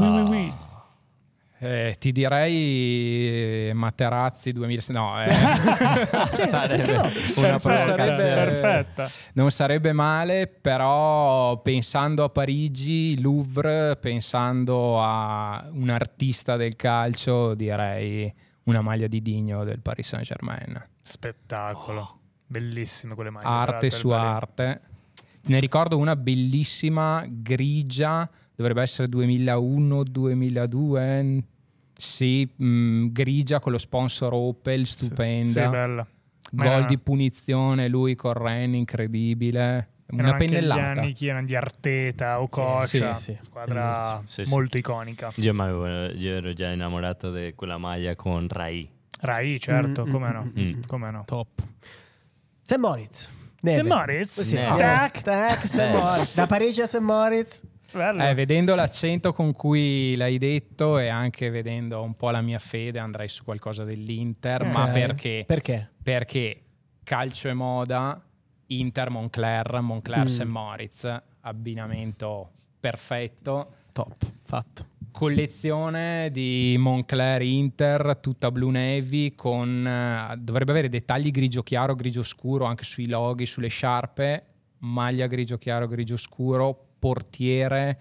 Ti direi Materazzi 2006. No, sarebbe una perfetta. Non sarebbe male, però pensando a Parigi, Louvre, pensando a un artista del calcio, direi una maglia di Digno del Paris Saint-Germain. Spettacolo. Bellissime quelle maglie. Arte su arte. Ne ricordo una bellissima, grigia, dovrebbe essere 2001-2002. Sì, grigia con lo sponsor Opel, stupenda. Sì, bella. Gol di punizione, lui con Rennes, incredibile. Una pennellata. Gli anni che erano di Arteta o Coscia, squadra molto iconica. Io ero già innamorato di quella maglia con Rai, certo, come no. Come no. Top. St. Moritz. St. Moritz? Sì. Tac, St. Moritz. Da Parigi a St. Moritz. Vedendo l'accento con cui l'hai detto e anche vedendo un po' la mia fede, andrei su qualcosa dell'Inter. Ma perché? Perché calcio e moda, Inter Moncler St. Moritz, abbinamento perfetto. Top, fatto. Collezione di Moncler Inter, tutta blu navy, dovrebbe avere dettagli grigio chiaro, grigio scuro anche sui loghi, sulle sciarpe, maglia grigio chiaro, grigio scuro, portiere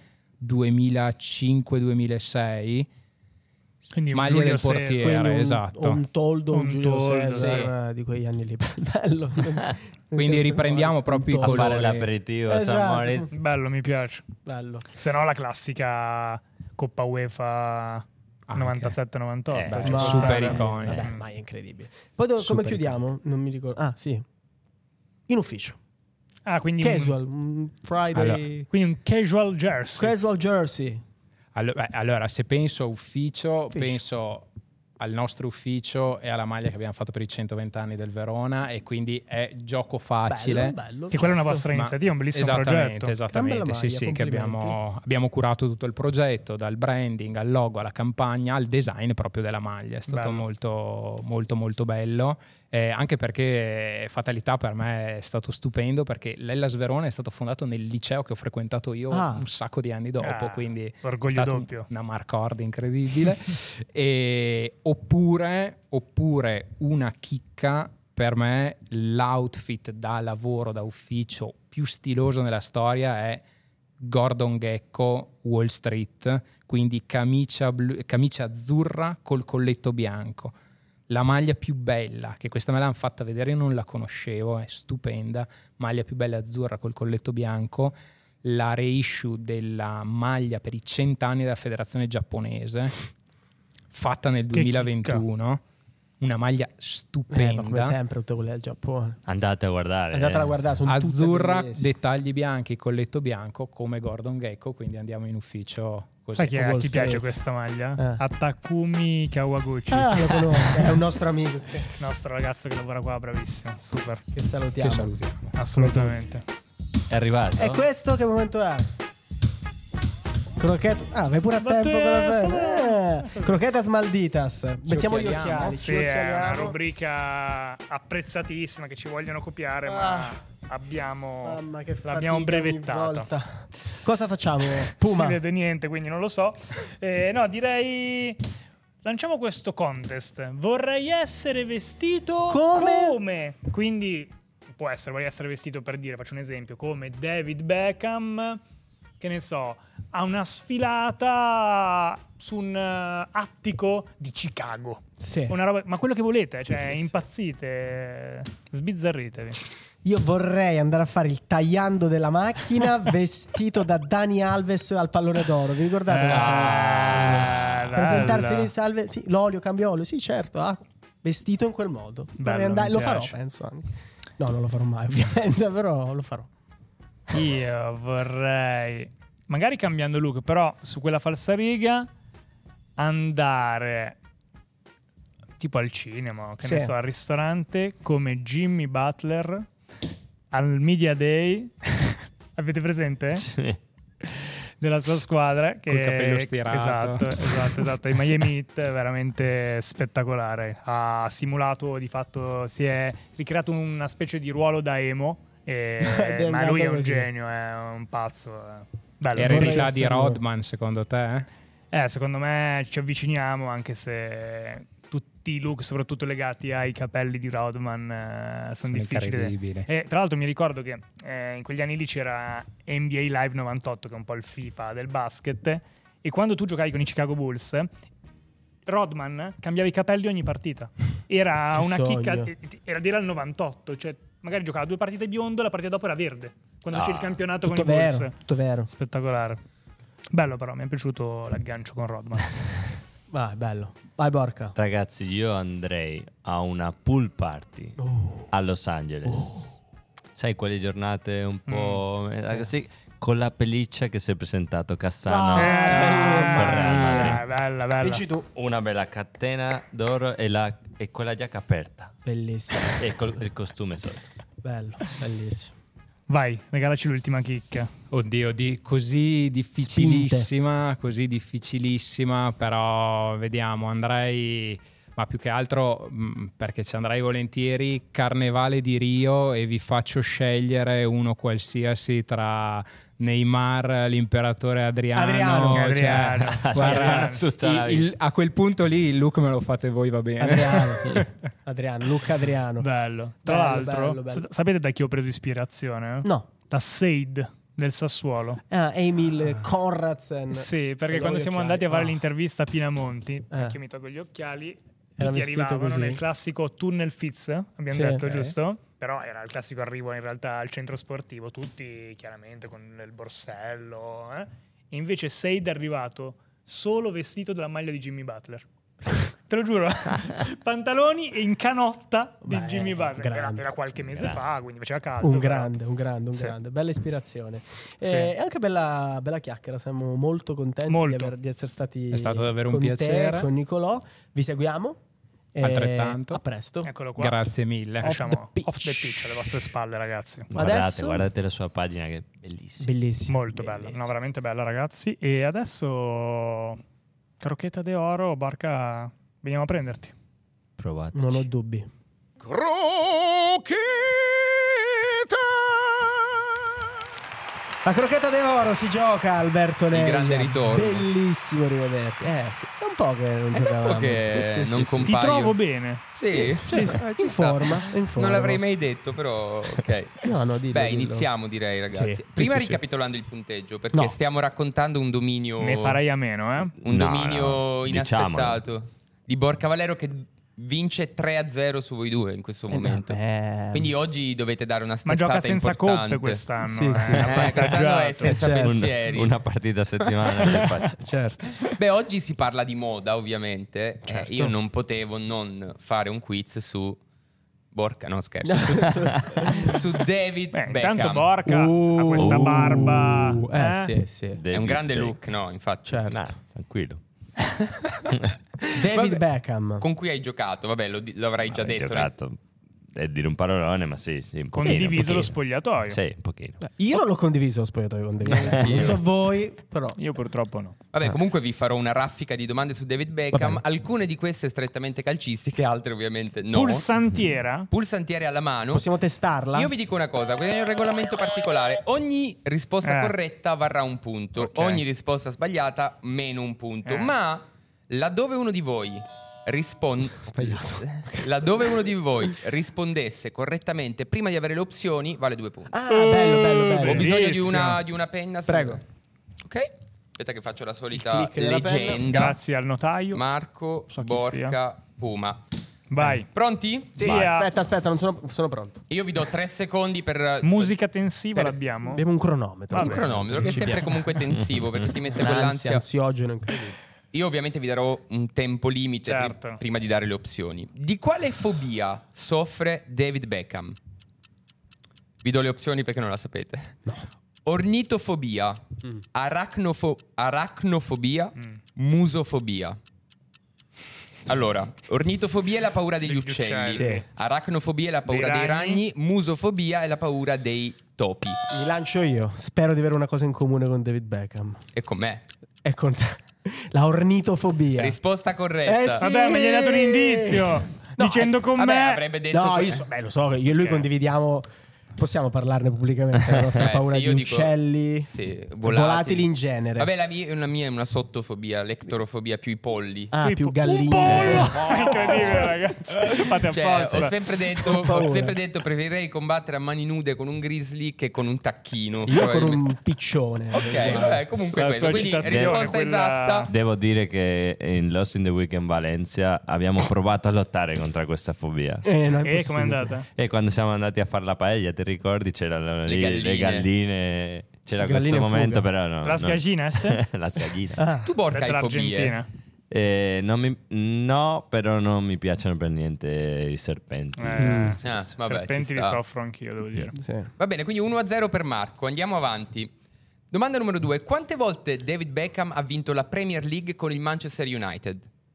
2005-2006. Quindi maglia del portiere, esatto. Un Toldo, un Giulio Cesar, sì. Di quegli anni lì. Bello. Quindi riprendiamo proprio i colori. A fare l'aperitivo a St. Moritz. Bello, mi piace. Bello. Se no la classica Coppa UEFA 97-98. Super iconica. Vabbè, mai incredibile. Poi come chiudiamo? Non mi ricordo. Ah, sì. In ufficio. Quindi casual, Friday. Quindi un casual jersey. Casual jersey. Allora, se penso a ufficio, penso al nostro ufficio e alla maglia che abbiamo fatto per i 120 anni del Verona, e quindi è gioco facile. Bello, che quella è una vostra iniziativa, un bellissimo progetto. Esattamente, sì, che abbiamo curato tutto il progetto, dal branding al logo alla campagna al design proprio della maglia. È stato molto molto molto bello. Anche perché fatalità per me è stato stupendo, perché l'Hellas Verona è stato fondato nel liceo che ho frequentato io un sacco di anni dopo, quindi orgoglio è stato doppio. Una marcord incredibile. Oppure una chicca per me, l'outfit da lavoro, da ufficio più stiloso nella storia è Gordon Gekko Wall Street, quindi camicia azzurra col colletto bianco. La maglia più bella, che questa me l'hanno fatta vedere, io non la conoscevo, è stupenda, maglia più bella azzurra col colletto bianco, la reissue della maglia per i 100 anni della federazione giapponese, fatta nel 2021, una maglia stupenda. Come sempre tutte quelle del Giappone. Andate a guardare. Andatela a guardare, sono azzurra, dettagli bianchi, colletto bianco, come Gordon Gekko, quindi andiamo in ufficio. Sai che a chi piace questa maglia? A Takumi Kawaguchi. Lo conosco, è un nostro amico. Il nostro ragazzo che lavora qua, bravissimo, super. Che salutiamo. Assolutamente. È arrivato? E questo che momento è? Croqueta. Vai pure a tempo per Croquetas Malditas. Mettiamo gli occhiali. Sì, è una rubrica apprezzatissima che ci vogliono copiare, ma l'abbiamo brevettata. Cosa facciamo? Puma. Non si vede niente, quindi non lo so. No, direi lanciamo questo contest. Vorrei essere vestito come? Quindi può essere, vorrei essere vestito, per dire, faccio un esempio, come David Beckham, che ne so, a una sfilata su un attico di Chicago. Sì. Una roba, ma quello che volete, cioè impazzite, sbizzarritevi. Io vorrei andare a fare il tagliando della macchina vestito da Dani Alves al pallone d'oro. Vi ricordate? Presentarsi lì, salve. Sì, l'olio, cambio olio. Sì, certo. Vestito in quel modo. Lo farò, penso anche. No, non lo farò mai, ovviamente, però lo farò. Io vorrei, magari cambiando look, però su quella falsariga andare tipo al cinema, che ne so, al ristorante, come Jimmy Butler al Media Day. Avete presente? Sì. della sua squadra, che col capello stirato. Esatto, i Miami Heat, veramente spettacolare. Ha simulato, di fatto si è ricreato una specie di ruolo da emo, ma lui è un genio, è un pazzo. Bello. È eredità di Rodman, secondo te? Secondo me ci avviciniamo, anche se tutti i look, soprattutto legati ai capelli di Rodman, sono difficili. E tra l'altro mi ricordo che in quegli anni lì c'era NBA Live 98, che è un po' il FIFA del basket, e quando tu giocavi con i Chicago Bulls, Rodman cambiava i capelli ogni partita. Era una chicca, era il 98, cioè magari giocava 2 partite biondo, la partita dopo era verde, quando c'è il campionato con i Bulls. Tutto vero. Spettacolare. Bello, però mi è piaciuto l'aggancio con Rodman. Vai, bello. Vai, Borca. Ragazzi, io andrei a una pool party a Los Angeles. Sai, quelle giornate un po' così, con la pelliccia che si è presentato Cassano. Bella. Dici tu. Una bella catena d'oro e quella giacca aperta. Bellissimo. E il costume sotto. Bello, bellissimo. Vai, regalaci l'ultima chicca. Oddio, così difficilissima, però vediamo, andrei, ma più che altro perché ci andrei volentieri, Carnevale di Rio, e vi faccio scegliere uno qualsiasi tra Neymar, l'imperatore Adriano. Guarda, a quel punto lì il look me lo fate voi, va bene. Adriano, Luca Adriano. Bello. Tra l'altro, sapete da chi ho preso ispirazione? No. Da Seid del Sassuolo. Emil Konradsen. Sì, perché quando siamo andati a fare l'intervista a Pinamonti, anche io mi tolgo gli occhiali, tutti arrivavano nel classico tunnel Fitz, abbiamo detto, giusto? Però era il classico arrivo in realtà al centro sportivo, tutti chiaramente con il borsello, e invece Seid è arrivato solo vestito della maglia di Jimmy Butler. Te lo giuro, pantaloni e in canotta di Jimmy Butler. Era qualche mese fa, quindi faceva caldo. Un grande. Bella ispirazione. Anche bella chiacchiera. Siamo molto contenti di essere stati. È stato davvero un piacere. Con Nicolò. Vi seguiamo. Altrettanto. A presto. Eccolo qua. Grazie mille. Off the pitch alle vostre spalle, ragazzi. Guardate la sua pagina, che è bellissima. Molto bella. No, veramente bella, ragazzi. E adesso Crocchetta d'Oro, Barca, veniamo a prenderti. Provate. Non ho dubbi. Crocchetta! La crocchetta d'oro si gioca, Alberto Lega. Il grande ritorno. Bellissimo rivederti. Sì. È un po' che non giocavamo. È un po' che non compaio. Ti trovo bene. Sì. In forma. Non l'avrei mai detto, però ok. No, dillo. Iniziamo, direi, ragazzi. Sì. Prima ricapitolando il punteggio, perché stiamo raccontando un dominio. Ne farei a meno, Un dominio inaspettato di Borca Valero, che vince 3-0 su voi due in questo momento. Quindi oggi dovete dare una sterzata importante. Ma gioca senza coppe quest'anno. Quest'anno è senza pensieri. Una partita a settimana che faccio. Certo. Oggi si parla di moda, ovviamente. Io non potevo non fare un quiz su Borca, no scherzo, su David Beckham. Intanto Borca ha questa barba. Sì. È un grande look, no? Infatti. Certo. Tranquillo. David Beckham. Con cui hai giocato? Vabbè, lo avrai già detto. Giocato. È dire un parolone, ma sì, un pochino. Condiviso lo spogliatoio. Sì, un pochino. Io non l'ho condiviso lo spogliatoio con David Beckham. Non so voi, però. Io purtroppo no. Vabbè, comunque vi farò una raffica di domande su David Beckham. Alcune di queste strettamente calcistiche, altre ovviamente no. Pulsantiere alla mano. Possiamo testarla? Io vi dico una cosa, questo è un regolamento particolare. Ogni risposta corretta varrà un punto. Ogni risposta sbagliata meno un punto. Ma laddove uno di voi laddove uno di voi rispondesse correttamente prima di avere le opzioni, vale 2 punti. Bello. Ho bisogno di una penna. Prego. Ok. Aspetta che faccio la solita leggenda. Grazie al notaio. Marco, Borca, Puma. Vai. Pronti? Sì. Aspetta, non sono pronto. Io vi do 3 secondi per... Musica tensiva l'abbiamo? Abbiamo un cronometro. Un cronometro che è sempre comunque tensivo, perché ti mette quell'ansia. Ansiogeno incredibile. Io ovviamente vi darò un tempo limite prima di dare le opzioni. Di quale fobia soffre David Beckham? Vi do le opzioni perché non la sapete. No. Ornitofobia, aracnofobia, musofobia. Allora, ornitofobia è la paura degli uccelli. Aracnofobia è la paura dei ragni. Musofobia è la paura dei topi. Mi lancio io. Spero di avere una cosa in comune con David Beckham. E con me. E con la ornitofobia. Risposta corretta. Sì! Vabbè, ma gli hai dato un indizio. Dicendo con Vabbè, me. avrebbe detto... No, lo so che io e lui condividiamo. Possiamo parlarne pubblicamente la nostra paura sì, di dico, uccelli, sì, volatili in genere. Vabbè, la mia è una sottofobia, l'ectorofobia, più i polli. Più galline. Un pollo! Incredibile, ragazzi. Fate apposta. Ho sempre detto preferirei combattere a mani nude con un grizzly che con un tacchino. Io con un piccione. Ok, vabbè, comunque quello. Quindi risposta esatta. Devo dire che in Lost in the Weekend Valencia abbiamo provato a lottare contro questa fobia. E com'è andata? E quando siamo andati a fare la paella, ti ricordi? C'erano le galline. C'era Galline questo in momento, fuga. però no. Las gallinas? Las gallinas. Tu porca hai fobie. No, però non mi piacciono per niente i serpenti. Vabbè, serpenti ci li sta. soffro anch'io, devo dire. Sì. Va bene, quindi 1-0 per Marco. Andiamo avanti. Domanda numero 2. Quante volte David Beckham ha vinto la Premier League con il Manchester United?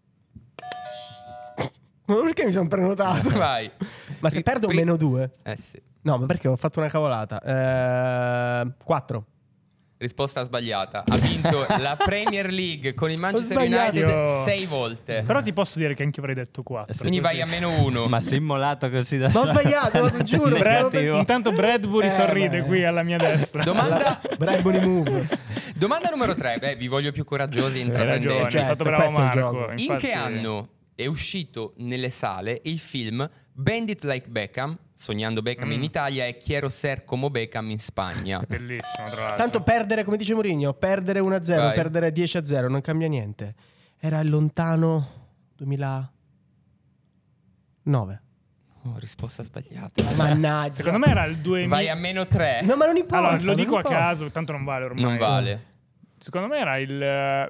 Ma perché mi sono prenotato? Vai. Ma se perdo -2? Sì. No, ma perché ho fatto una cavolata. 4. Risposta sbagliata. Ha vinto la Premier League con il Manchester sbagliato. United 6 volte. Però ti posso dire che anche io avrei detto 4. Quindi vai a -1. Ma sei immolato così da Ma ho solo. sbagliato, lo giuro. Negativo. Intanto Bradbury sorride beh. qui alla mia destra. Bradbury move. Domanda numero 3. Vi voglio più coraggiosi e Hai ragione, intraprendenti. è stato bravo questo è il Marco. gioco. In Infatti- che anno è uscito nelle sale il film Bandit Like Beckham, Sognando Beckham in Italia e Quiero ser como Beckham in Spagna? Bellissimo, tra l'altro. Tanto perdere, come dice Mourinho, perdere 1-0, Vai. perdere 10-0, non cambia niente. Era il lontano 2009. Risposta sbagliata. Mannaggia. Secondo me era il 2000. Vai a -3. No, ma non importa. Allora, lo dico non a importa. caso, tanto non vale ormai. Non vale. Secondo me era il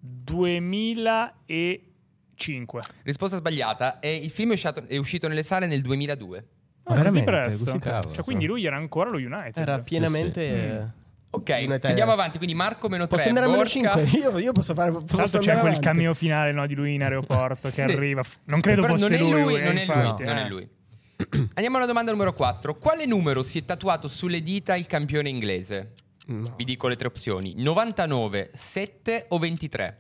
2005. Risposta sbagliata. E il film è uscito nelle sale nel 2002. Ma Così veramente, presto? così presto. Cioè, quindi lui era ancora lo United. Era pienamente... Ok, United. andiamo avanti. Quindi Marco -3. Posso andare a Borca. -5? Io posso fare... Tra l'altro posso c'è andare quel avanti. cameo finale, no, di lui in aeroporto Sì. che arriva. Non credo Però fosse non è lui, non è infatti, lui, non è lui. Andiamo alla domanda numero 4. Quale numero si è tatuato sulle dita il campione inglese? No. Vi dico le tre opzioni: 99, 7 o 23.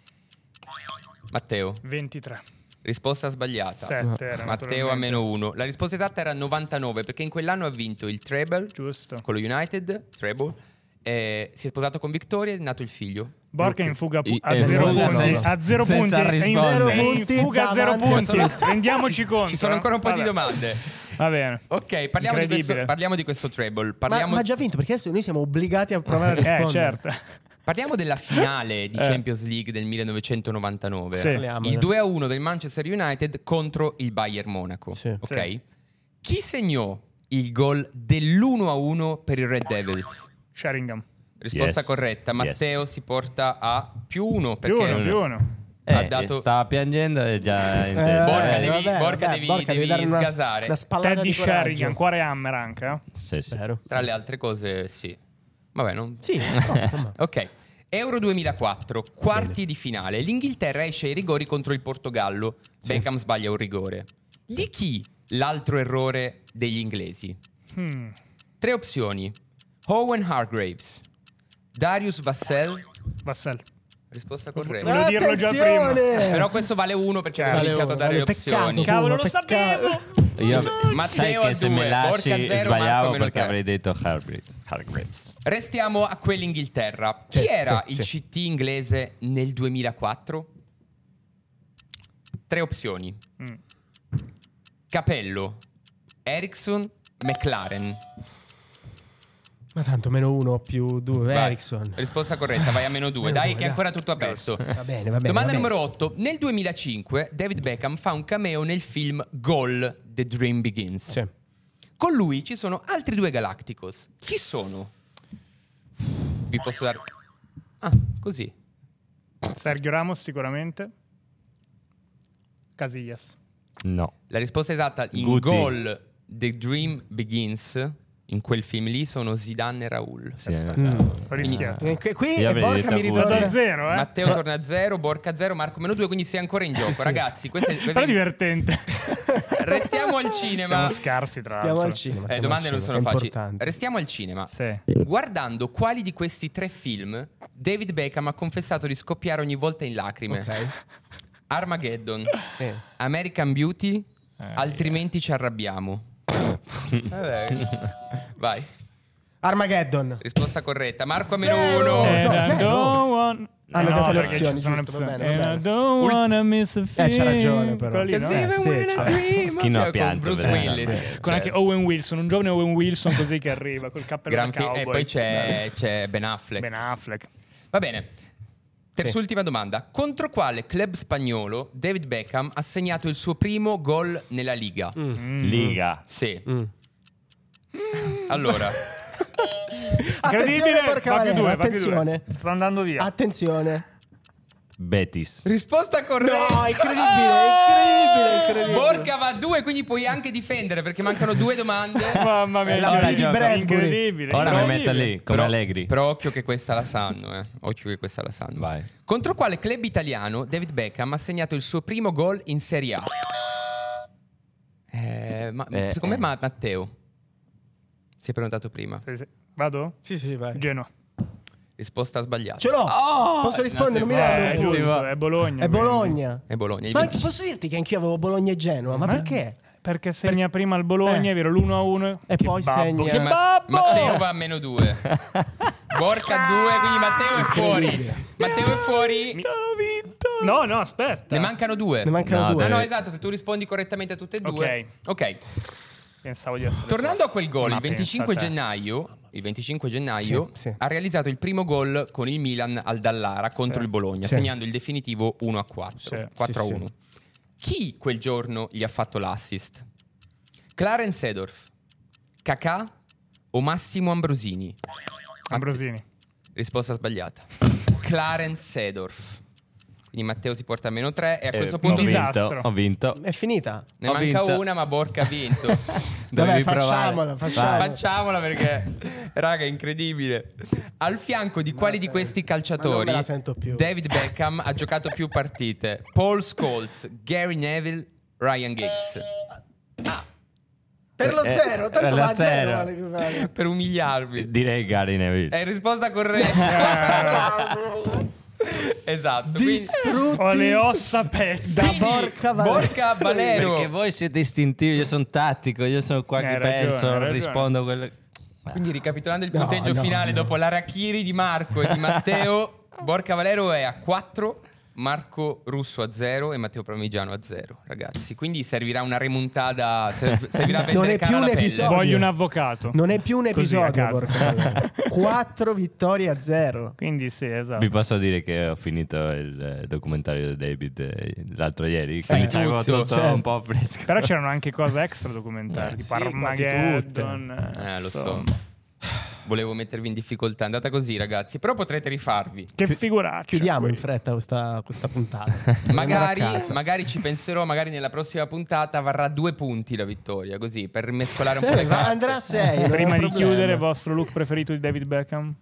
Matteo. 23. Risposta sbagliata. 7 era, Matteo a naturalmente. -1. La risposta esatta era 99 perché in quell'anno ha vinto il treble Giusto. con lo United, treble. Si è sposato con Victoria ed è nato il figlio. Borca in fuga a in 0 fuga punti. senza- A 0 senza punti. rispondere. In fuga a 0 Davanti punti. Rendiamoci conto. Ci sono ancora un po' di Vabbè. domande. Va bene. Ok, parliamo di questo treble. Ma ha già vinto, perché adesso noi siamo obbligati a provare a rispondere. Certo. Parliamo della finale di Champions League del 1999. Sì. Il 2-1 del Manchester United contro il Bayern Monaco. Sì. Ok? Sì. Chi segnò il gol dell'1-1 per i Red Devils? Sheringham. Risposta Yes. corretta. Matteo Yes. si porta a +1 Più perché uno. ha dato... Stava piangendo e già in Borca, testa. devi dare sgasare. una spallata Teddy di coraggio. Sheringham, cuore Hammer anche. Eh? Sì, sì. Vero. Tra le altre cose, sì. Vabbè, non... Sì, no, insomma. Ok. Euro 2004, quarti di finale. L'Inghilterra esce ai rigori contro il Portogallo. Beckham sbaglia un rigore. Di chi l'altro errore degli inglesi? 3 opzioni: Owen Hargreaves, Darius Vassell. Vassell. Risposta corretta. Volevo dirlo già prima. Attenzione! Però questo vale 1 perché avevo iniziato a dare le Peccato. opzioni. Cavolo, lo Peccato. sapevo. Io, Matteo sai a che se 2, me lasci Borca 0, sbagliavo Marco perché -3. avrei detto Hargreaves. Restiamo a quell'Inghilterra. Chi era il CT inglese nel 2004? 3 opzioni: Capello, Eriksson, McLaren. Ma tanto -1 più 2, Vai. Eriksson. Risposta corretta, vai a -2. Dai, che è ancora tutto aperto. Va bene, va bene. Domanda va bene. numero 8. Nel 2005 David Beckham fa un cameo nel film Goal, The Dream Begins. Sì. Con lui ci sono altri 2 Galacticos. Chi sono? Vi posso dare... Ah, così. Sergio Ramos sicuramente. Casillas. No. La risposta esatta in Guti. Goal, The Dream Begins, in quel film lì sono Zidane e Raul. Sì, Ho rischiato. Qui Io avrei Borca detto mi avuto. ritorna. Zero, Matteo torna a 0, Borca 0, Marco -2, quindi sei ancora in gioco. Ragazzi, questo Però è divertente. restiamo al cinema. Siamo scarsi, tra Stiamo l'altro. al cinema. Domande non sono è facili. importante. Restiamo al cinema. Sì. Guardando quali di questi 3 film David Beckham ha confessato di scoppiare ogni volta in lacrime. Ok. Armageddon, Sì. American Beauty, altrimenti ci arrabbiamo. Vai. Armageddon. Risposta corretta. Marco a Zero. -1. And No, I zero. don't want... Hanno dato le perché opzioni, ci sono giusto, le va opzioni. bene, va And I bene. don't wanna miss a thing. c'ha ragione, però. Quello lì, no? Sì, sì. Chi non ha Con pianto, Bruce vedete? Willis. Sì. Con anche Owen Wilson, un giovane Owen Wilson così che arriva col cappello da Gran film. cowboy. E poi c'è Ben Affleck. Ben Affleck. Va bene. Terz'ultima domanda. Contro quale club spagnolo David Beckham ha segnato il suo primo gol nella Liga? Liga. Sì. Allora, Incredibile, Porca va più Valero, due, va più attenzione. due. Sto andando via. Attenzione. Betis. risposta corretta. No, incredibile. Borca va a 2, quindi puoi anche difendere perché mancano 2 domande. Mamma mia, La incredibile, Big Bradbury. incredibile. Ora mi incredibile. metto lì, come Allegri. Però occhio che questa la sanno, Occhio che questa la sanno. Vai. Contro quale club italiano David Beckham ha segnato il suo primo gol in Serie A? Secondo me Matteo. Si è prenotato prima. Sì. Vado? Sì, vai. Genoa. Risposta sbagliata. Ce l'ho. Posso rispondere? Non mi È danno. giusto, è Bologna. È Bologna. È Bologna. Ma anche posso dirti che anch'io avevo Bologna e Genoa, ma perché? Perché segna prima il Bologna, è vero, l'1-1. E Che poi babbo, segna- Che babbo! Matteo va a -2. Borca 2, quindi Matteo è fuori. Incredibile. Matteo è fuori. No, aspetta. Ne mancano 2. Ne mancano No, due. Ah no, esatto, se tu rispondi correttamente a tutte e due. Ok. Pensavo di essere Tornando a quel gol, Ma il 25 pensa a te. gennaio Sì. ha realizzato il primo gol con il Milan al Dallara contro il Bologna, Sì. segnando il definitivo 1-4, Sì. 4-1. Chi quel giorno gli ha fatto l'assist? Clarence Seedorf, Kakà o Massimo Ambrosini? Ambrosini. Risposta sbagliata. Clarence Seedorf. Quindi Matteo si porta a -3 e a questo punto un disastro. Ho vinto. È finita. ne ho manca vinto. una, ma Borca ha vinto. Dovevi Vabbè, provare. facciamola. Facciamola perché, raga, è incredibile. Al fianco di quali di questi calciatori Ma non me la sento più. David Beckham ha giocato più partite? Paul Scholes, Gary Neville, Ryan Giggs. Per lo 0, tanto per lo va a 0. zero. Per umiliarvi. Direi Gary Neville. È risposta corretta. Esatto. quindi- Distrutti Ho le ossa a pezzi. da quindi Borca Valero. Borca Valero. Perché voi siete istintivi, io sono tattico, io sono qua che Hai ragione, penso, hai ragione. rispondo a quelle... Quindi ricapitolando il No, punteggio no, finale no. dopo l'Arachiri di Marco e di Matteo, Borca Valero è a 4, Marco Russo a 0 e Matteo Parmigiano a 0, ragazzi. Quindi servirà una remontata, servirà a Non vendere è cane più alla un pelle. episodio. Voglio un avvocato. Non è più un Così, a episodio, caso. Borca Valero. 4 vittorie a 0. Quindi sì, esatto. Vi posso dire che ho finito il documentario di David l'altro ieri, Sai quindi c'avevo tutto, tutto certo. un po' fresco. Però c'erano anche cose extra documentari, tipo sì, quasi Armageddon. Lo so. insomma. Volevo mettervi in difficoltà, è andata così, ragazzi. Però potrete rifarvi. Che figuraccia. Chiudiamo in fretta questa puntata. Magari ci penserò, magari nella prossima puntata varrà 2 punti la vittoria, così per mescolare un po' le carte. Andrà a 6. Prima di chiudere, vostro look preferito di David Beckham?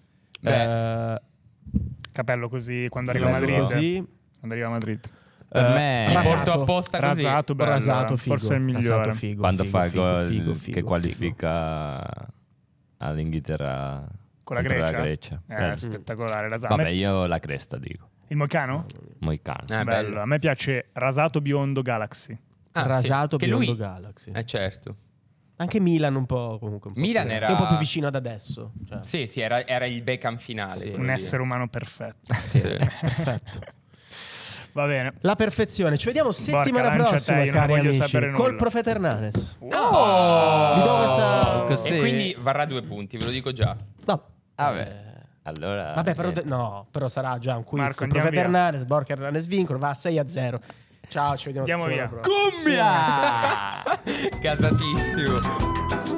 Capello così quando arriva a Madrid. Così. Quando arriva a Madrid. Per me, rasato. Porto apposta così. Rasato, bello, Rasato, figo. forse è il migliore. Rasato, figo, quando figo, fa il figo, gol figo, che figo, qualifica all'Inghilterra Con la contro Grecia? Bello. Spettacolare. Rasato. Vabbè, io la cresta dico. Il Moicano? Moicano. Bello. A me piace rasato biondo Galaxy. Rasato, che biondo lui- Galaxy. certo. Anche Milan un po' comunque. Milan sì. era- È un po' più vicino ad adesso. Cioè. Sì, era il Beckham finale. Sì. quello Un lì. essere umano perfetto. Sì. Perfetto. Va bene. La perfezione. Ci vediamo settimana lancia prossima, te, io non cari voglio amici. sapere Col nulla. Profeta Hernanes. Oh! Vi do questa. Così. E quindi varrà 2 punti, ve lo dico già. No. Vabbè. Allora, Vabbè, però sarà già un quiz. Marco, Il andiamo Profeta via. Hernanes, Borca Hernanes vincono, va a 6-0. Ciao, ci vediamo Andiamo settimana via. prossima. Cumbia! Gasatissimo.